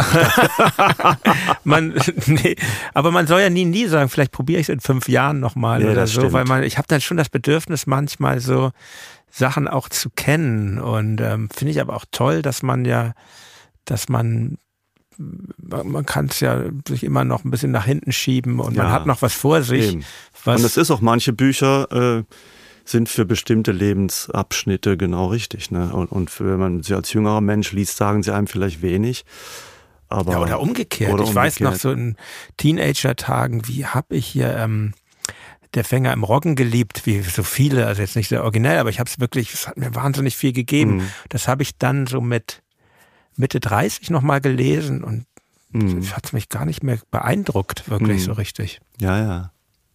Aber man soll ja nie sagen, vielleicht probiere ich es in 5 Jahren nochmal oder so, stimmt. weil ich habe dann schon das Bedürfnis, manchmal so Sachen auch zu kennen. Und finde ich aber auch toll, dass man kann es ja sich immer noch ein bisschen nach hinten schieben und man hat noch was vor sich. Und es ist auch, manche Bücher sind für bestimmte Lebensabschnitte genau richtig. Ne? Und wenn man sie als jüngerer Mensch liest, sagen sie einem vielleicht wenig. Aber, oder umgekehrt. Ich weiß noch so in Teenager-Tagen, wie habe ich hier Der Fänger im Roggen geliebt, wie so viele, also jetzt nicht sehr originell, aber es hat mir wahnsinnig viel gegeben. Das habe ich dann so mit Mitte 30 nochmal gelesen und das hat mich gar nicht mehr beeindruckt, wirklich so richtig. Ja.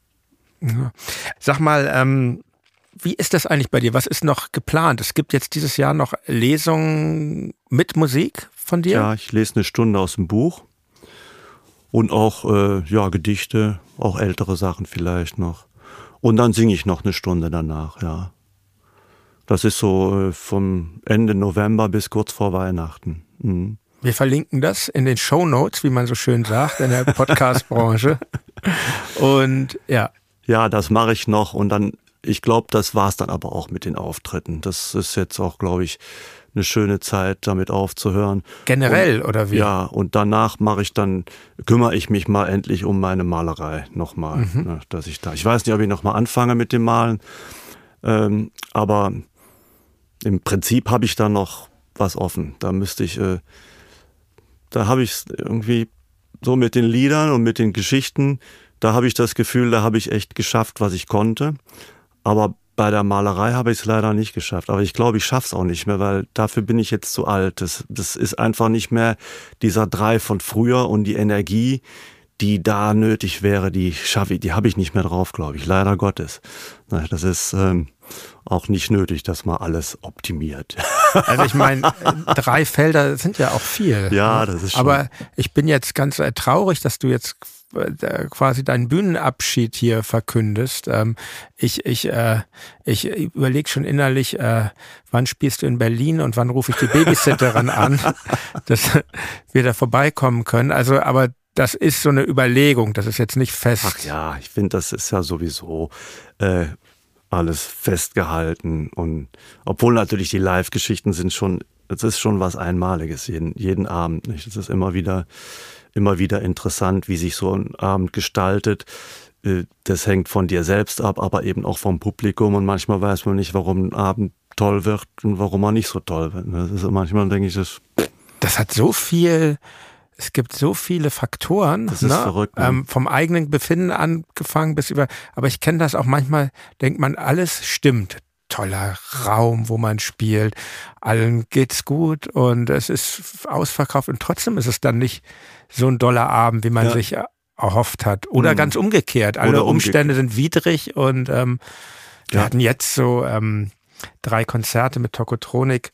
Sag mal, wie ist das eigentlich bei dir? Was ist noch geplant? Es gibt jetzt dieses Jahr noch Lesungen mit Musik von dir? Ja, ich lese 1 Stunde aus dem Buch und auch Gedichte, auch ältere Sachen vielleicht noch. Und dann singe ich noch 1 Stunde danach, ja. Das ist so vom Ende November bis kurz vor Weihnachten. Mhm. Wir verlinken das in den Shownotes, wie man so schön sagt, in der Podcast-Branche. Und ja. Ja, das mache ich noch und dann, ich glaube, das war's dann aber auch mit den Auftritten. Das ist jetzt auch, glaube ich, eine schöne Zeit, damit aufzuhören. Generell, oder wie? Ja, und danach kümmere ich mich mal endlich um meine Malerei nochmal. Ne, ich weiß nicht, ob ich nochmal anfange mit dem Malen, aber im Prinzip habe ich da noch was offen. Da habe ich irgendwie so mit den Liedern und mit den Geschichten, da habe ich das Gefühl, da habe ich echt geschafft, was ich konnte. Aber bei der Malerei habe ich es leider nicht geschafft. Aber ich glaube, ich schaffe es auch nicht mehr, weil dafür bin ich jetzt zu alt. Das ist einfach nicht mehr dieser Drive von früher und die Energie, die da nötig wäre, die habe ich nicht mehr drauf, glaube ich. Leider Gottes. Das ist auch nicht nötig, dass man alles optimiert. Also ich meine, 3 Felder sind ja auch viel. Ja, das ist schon. Aber ich bin jetzt ganz traurig, dass du jetzt quasi deinen Bühnenabschied hier verkündest. Ich überlege schon innerlich, wann spielst du in Berlin und wann rufe ich die Babysitterin an, dass wir da vorbeikommen können. Also, aber das ist so eine Überlegung, das ist jetzt nicht fest. Ach ja, ich finde, das ist ja sowieso alles festgehalten. Und obwohl natürlich die Live-Geschichten es ist schon was Einmaliges, jeden Abend. Nicht? Es ist immer wieder interessant, wie sich so ein Abend gestaltet. Das hängt von dir selbst ab, aber eben auch vom Publikum. Und manchmal weiß man nicht, warum ein Abend toll wird und warum er nicht so toll wird. Das ist, manchmal denke ich, das hat so viel. Es gibt so viele Faktoren, das ist verrückt, ne? Vom eigenen Befinden angefangen aber ich kenne das auch manchmal, denkt man, alles stimmt. Toller Raum, wo man spielt, allen geht's gut und es ist ausverkauft und trotzdem ist es dann nicht so ein doller Abend, wie man sich erhofft hat. Oder ganz umgekehrt, alle Umstände sind widrig und wir hatten jetzt so 3 Konzerte mit Tokotronik.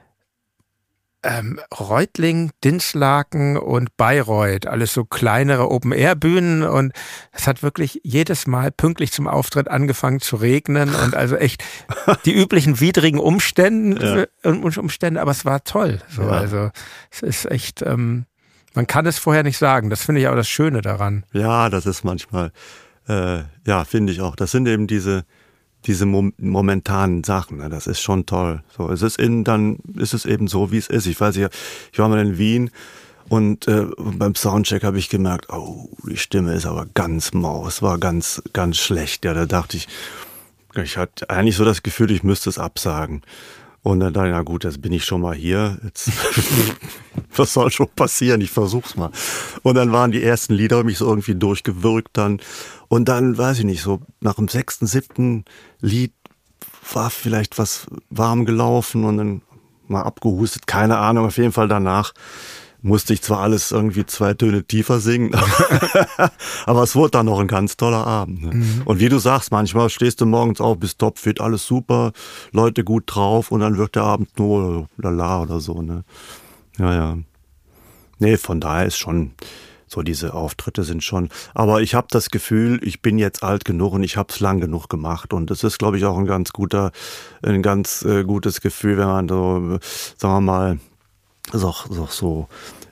Reutlingen, Dinslaken und Bayreuth, alles so kleinere Open-Air-Bühnen und es hat wirklich jedes Mal pünktlich zum Auftritt angefangen zu regnen und also echt die üblichen widrigen Umstände, aber es war toll. So, also es ist echt, man kann es vorher nicht sagen, das finde ich auch das Schöne daran. Ja, das ist manchmal, finde ich auch, das sind eben diese momentanen Sachen, ne? Das ist schon toll. So, dann ist es eben so, wie es ist. Ich weiß, ich war mal in Wien und beim Soundcheck habe ich gemerkt, oh, die Stimme ist aber ganz mau. Es war ganz, ganz schlecht. Ja, da dachte ich hatte eigentlich so das Gefühl, ich müsste es absagen. Und dann dachte ich, na gut, jetzt bin ich schon mal hier. Jetzt, was soll schon passieren? Ich versuch's mal. Und dann waren die ersten Lieder mich so irgendwie durchgewürgt dann. Und dann, weiß ich nicht, so nach dem 6., 7. Lied war vielleicht was warm gelaufen und dann mal abgehustet. Keine Ahnung, auf jeden Fall danach musste ich zwar alles irgendwie 2 Töne tiefer singen, aber es wurde dann noch ein ganz toller Abend. Ne? Und wie du sagst, manchmal stehst du morgens auf, bist topfit, alles super, Leute gut drauf und dann wird der Abend nur lala oder so. Ne? Ja. Nee, von daher ist schon so, diese Auftritte sind schon, aber ich habe das Gefühl, ich bin jetzt alt genug und ich habe es lang genug gemacht und das ist, glaube ich, auch ein ganz gutes Gefühl, wenn man so, sagen wir mal, so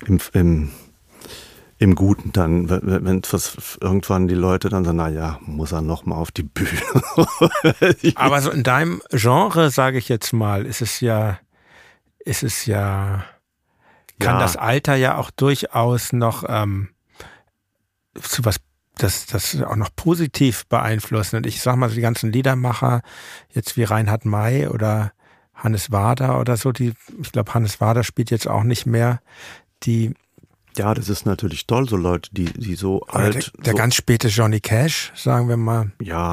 im Guten dann, wenn irgendwann die Leute dann sagen, naja, muss er noch mal auf die Bühne. Aber so in deinem Genre, sage ich jetzt mal, kann das Alter ja auch durchaus noch zu was, das auch noch positiv beeinflussen. Und ich sag mal, so die ganzen Liedermacher, jetzt wie Reinhard May oder Hannes Wader oder so, ich glaube, Hannes Wader spielt jetzt auch nicht mehr, Ja, das ist natürlich toll, so Leute, die so alt... Der ganz späte Johnny Cash, sagen wir mal.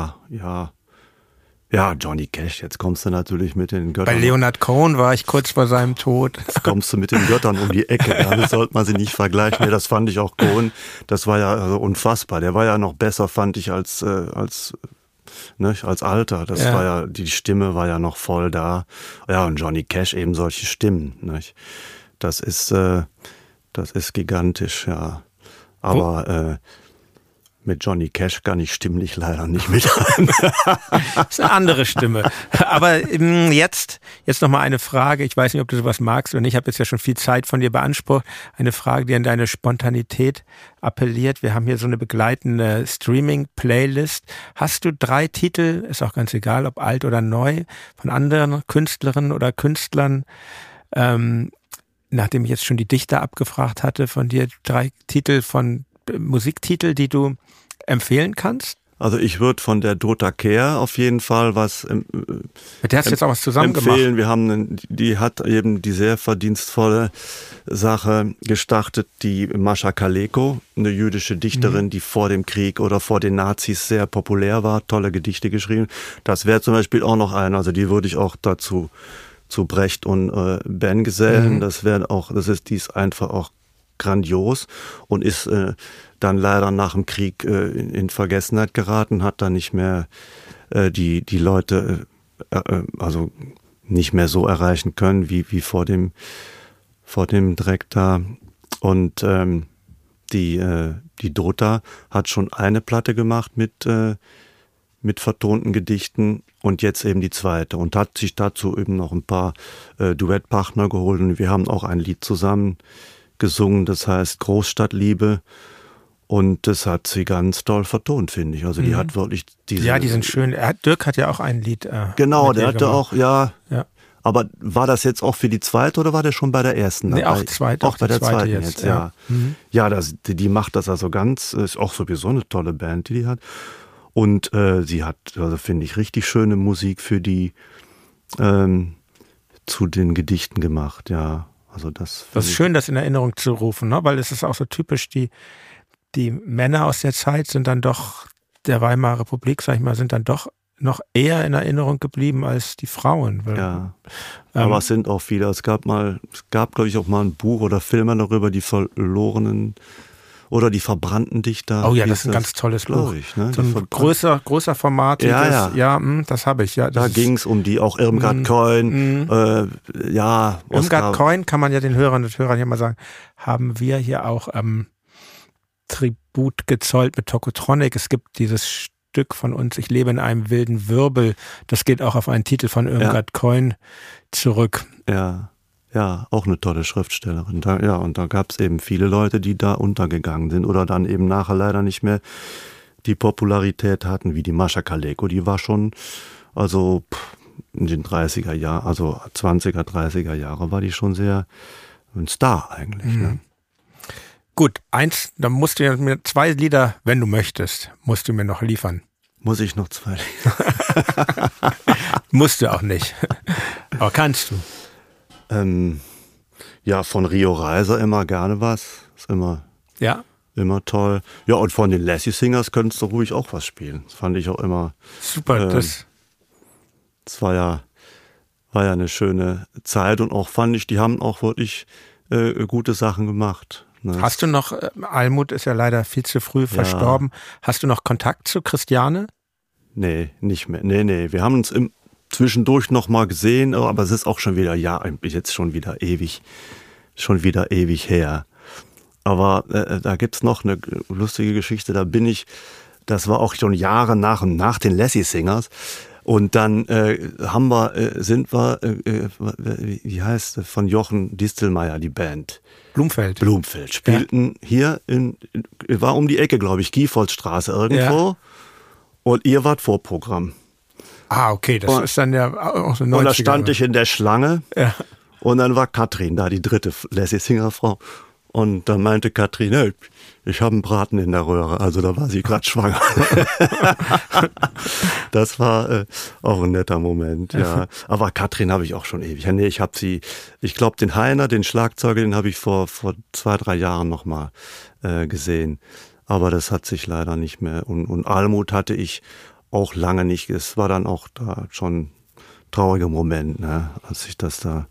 Ja, Johnny Cash, jetzt kommst du natürlich mit den Göttern. Bei Leonard Cohen war ich kurz vor seinem Tod. Jetzt kommst du mit den Göttern um die Ecke. Damit sollte man sie nicht vergleichen. Nee, das fand ich auch Cohen. Das war ja unfassbar. Der war ja noch besser, fand ich, als Alter. Das war ja, die Stimme war ja noch voll da. Ja, und Johnny Cash eben solche Stimmen. Nicht? Das ist gigantisch, ja. Aber mit Johnny Cash kann ich stimmlich leider nicht mit rein. Das ist eine andere Stimme. Aber jetzt noch mal eine Frage. Ich weiß nicht, ob du sowas magst oder nicht. Ich habe jetzt ja schon viel Zeit von dir beansprucht. Eine Frage, die an deine Spontanität appelliert. Wir haben hier so eine begleitende Streaming-Playlist. Hast du 3 Titel, ist auch ganz egal, ob alt oder neu, von anderen Künstlerinnen oder Künstlern, nachdem ich jetzt schon die Dichter abgefragt hatte, von dir 3 Titel von Musiktitel, die du empfehlen kannst? Also ich würde von der Dota Kehr auf jeden Fall was mit der hast du jetzt auch was zusammen empfehlen. gemacht. Die hat eben die sehr verdienstvolle Sache gestartet, die Mascha Kaleko, eine jüdische Dichterin, die vor dem Krieg oder vor den Nazis sehr populär war, tolle Gedichte geschrieben. Das wäre zum Beispiel auch noch eine, also die würde ich auch dazu zu Brecht und Ben gesellen. Die ist einfach auch grandios und ist dann leider nach dem Krieg in Vergessenheit geraten, hat dann nicht mehr die Leute also nicht mehr so erreichen können wie vor dem Dreck da. Und die Dota hat schon eine Platte gemacht mit vertonten Gedichten und jetzt eben die zweite und hat sich dazu eben noch ein paar Duettpartner geholt und wir haben auch ein Lied zusammen gesungen, das heißt Großstadtliebe und das hat sie ganz toll vertont, finde ich. Also die hat wirklich diese... Ja, die sind schön. Dirk hat ja auch ein Lied genau, der hatte auch, ja. Aber war das jetzt auch für die zweite oder war der schon bei der ersten? Nee, auch zweite. Auch bei der zweiten jetzt, ja. Ja, die macht das also ganz, ist auch sowieso eine tolle Band, die hat. Und sie hat, also finde ich, richtig schöne Musik für die zu den Gedichten gemacht, ja. Also das ist schön, das in Erinnerung zu rufen, ne? Weil es ist auch so typisch, die Männer aus der Zeit sind dann doch, der Weimarer Republik, sag ich mal, sind dann doch noch eher in Erinnerung geblieben als die Frauen. Ja, aber es sind auch viele. Es gab, glaube ich, auch mal ein Buch oder Filme darüber, die verlorenen oder die verbrannten Dichter. Oh ja, das ist ein ganz tolles Buch. Ich, ne? So ein großer Format. Das habe ich. Ja, da ging es um die, auch Irmgard Coin. Irmgard Coin, kann man ja den Hörern und Hörern hier mal sagen, haben wir hier auch Tribut gezollt mit Tokotronic. Es gibt dieses Stück von uns, Ich lebe in einem wilden Wirbel. Das geht auch auf einen Titel von Irmgard Coin zurück. Ja, auch eine tolle Schriftstellerin. Und da gab es eben viele Leute, die da untergegangen sind oder dann eben nachher leider nicht mehr die Popularität hatten, wie die Mascha Kaleko. Die war schon, also in den 30er Jahren, also 20er, 30er Jahre war die schon sehr ein Star eigentlich. Ne? Gut, dann musst du mir 2 Lieder, wenn du möchtest, musst du mir noch liefern. Muss ich noch 2 Lieder? Musst du auch nicht. Aber kannst du. Ja, von Rio Reiser immer gerne was. Ist immer immer toll. Ja, und von den Lassie Singers könntest du ruhig auch was spielen. Das fand ich auch immer super. Das war ja eine schöne Zeit und auch fand ich, die haben auch wirklich gute Sachen gemacht. Ne? Hast du noch, Almut ist ja leider viel zu früh verstorben, hast du noch Kontakt zu Christiane? Nee, nicht mehr. Nee. Wir haben uns zwischendurch noch mal gesehen, aber es ist auch schon wieder, jetzt schon wieder ewig her. Aber da gibt's noch eine lustige Geschichte, das war auch schon Jahre nach den Lassie Singers. Und dann sind wir, wie heißt von Jochen Distelmeier, die Band? Blumfeld. Spielten hier war um die Ecke, glaube ich, Giefoldstraße irgendwo. Ja. Und ihr wart Vorprogramm. Ah, okay, das ist dann ja auch so 90er. Und da stand ich in der Schlange. Ja. Und dann war Katrin da, die dritte Lassie Singer Frau. Und dann meinte Katrin, hey, ich habe einen Braten in der Röhre. Also da war sie gerade schwanger. Das war auch ein netter Moment, ja. Aber Katrin habe ich auch schon ewig. Nee, ich glaube den Heiner, den Schlagzeuger, den habe ich vor 2-3 Jahren noch mal gesehen. Aber das hat sich leider nicht mehr. Und Almut hatte ich auch lange nicht. Es war dann auch da schon ein trauriger Moment, ne, als ich das da,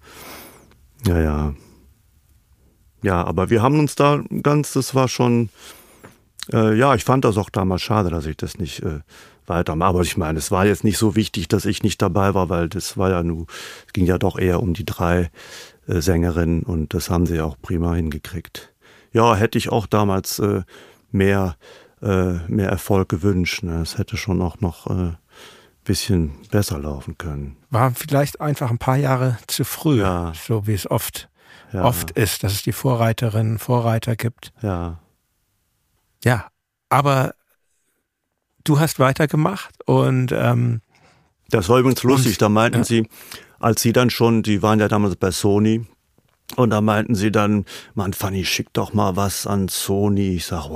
Ja, aber wir haben uns da das war schon, ich fand das auch damals schade, dass ich das nicht weitermache. Aber ich meine, es war jetzt nicht so wichtig, dass ich nicht dabei war, weil es ging ja doch eher um die 3 Sängerinnen und das haben sie ja auch prima hingekriegt. Ja, hätte ich auch damals mehr Erfolg gewünscht. Ne? Es hätte schon auch noch bisschen besser laufen können. War vielleicht einfach ein paar Jahre zu früh, so wie es oft ist, dass es die Vorreiterinnen und Vorreiter gibt. Ja. Ja, aber du hast weitergemacht und das war übrigens lustig, da meinten sie, als sie dann schon, die waren ja damals bei Sony und da meinten sie dann, Mann, Fanny, schick doch mal was an Sony. Ich sag,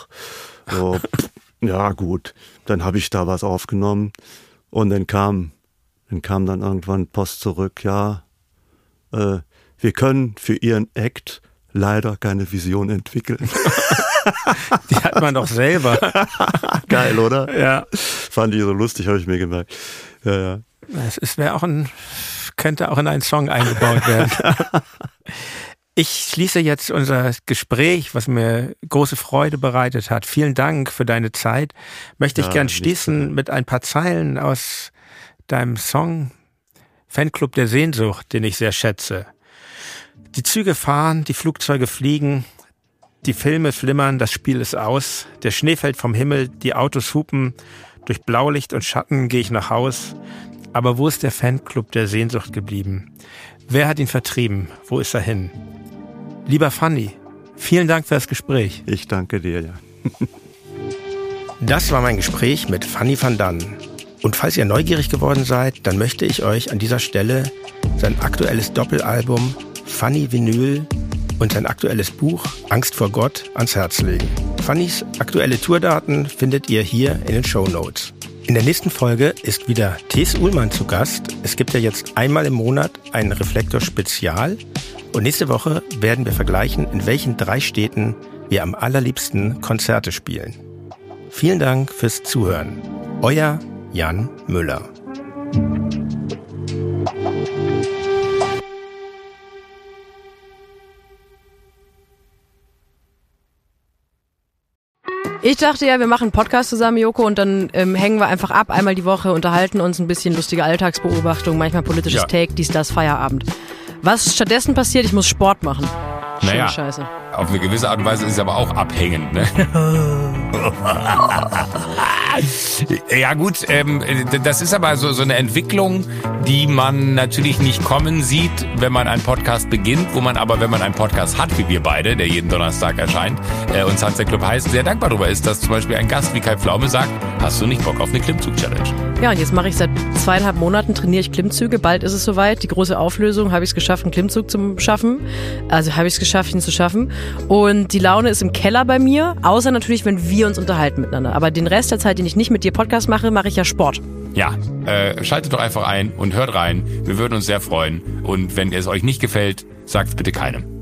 ja gut, dann habe ich da was aufgenommen und dann kam dann irgendwann Post zurück, wir können für Ihren Act leider keine Vision entwickeln. Die hat man doch selber. Geil, oder? Ja. Fand ich so lustig, habe ich mir gemerkt. Ja. Es könnte auch in einen Song eingebaut werden. Ich schließe jetzt unser Gespräch, was mir große Freude bereitet hat. Vielen Dank für deine Zeit. Möchte ich gern schließen mit ein paar Zeilen aus deinem Song Fanclub der Sehnsucht, den ich sehr schätze. Die Züge fahren, die Flugzeuge fliegen, die Filme flimmern, das Spiel ist aus, der Schnee fällt vom Himmel, die Autos hupen, durch Blaulicht und Schatten gehe ich nach Haus. Aber wo ist der Fanclub der Sehnsucht geblieben? Wer hat ihn vertrieben? Wo ist er hin? Lieber Fanny, vielen Dank für das Gespräch. Ich danke dir, ja. Das war mein Gespräch mit Fanny van Dannen. Und falls ihr neugierig geworden seid, dann möchte ich euch an dieser Stelle sein aktuelles Doppelalbum Fanny Vinyl und sein aktuelles Buch Angst vor Gott ans Herz legen. Fannys aktuelle Tourdaten findet ihr hier in den Shownotes. In der nächsten Folge ist wieder Thes Uhlmann zu Gast. Es gibt ja jetzt einmal im Monat ein Reflektor-Spezial. Und nächste Woche werden wir vergleichen, in welchen 3 Städten wir am allerliebsten Konzerte spielen. Vielen Dank fürs Zuhören. Euer Jan Müller. Ich dachte ja, wir machen einen Podcast zusammen, Joko, und dann hängen wir einfach ab, einmal die Woche, unterhalten uns ein bisschen, lustige Alltagsbeobachtung, manchmal politisches Take, dies, das, Feierabend. Was stattdessen passiert, ich muss Sport machen. Naja, Scheiße. Auf eine gewisse Art und Weise ist es aber auch abhängend, ne? Ja gut, das ist aber so eine Entwicklung, die man natürlich nicht kommen sieht, wenn man einen Podcast beginnt, wo man aber, wenn man einen Podcast hat, wie wir beide, der jeden Donnerstag erscheint, und Sunset Club heißt, sehr dankbar darüber ist, dass zum Beispiel ein Gast wie Kai Pflaume sagt, hast du nicht Bock auf eine Klimmzug-Challenge? Ja, und jetzt mache ich seit 2,5 Monaten, trainiere ich Klimmzüge, bald ist es soweit, die große Auflösung, habe ich es geschafft, einen Klimmzug zu schaffen, also habe ich es geschafft, ihn zu schaffen, und die Laune ist im Keller bei mir, außer natürlich, wenn wir uns unterhalten miteinander, aber den Rest der Zeit, den ich nicht mit dir Podcast mache, mache ich ja Sport. Ja, schaltet doch einfach ein und hört rein. Wir würden uns sehr freuen. Und wenn es euch nicht gefällt, sagt es bitte keinem.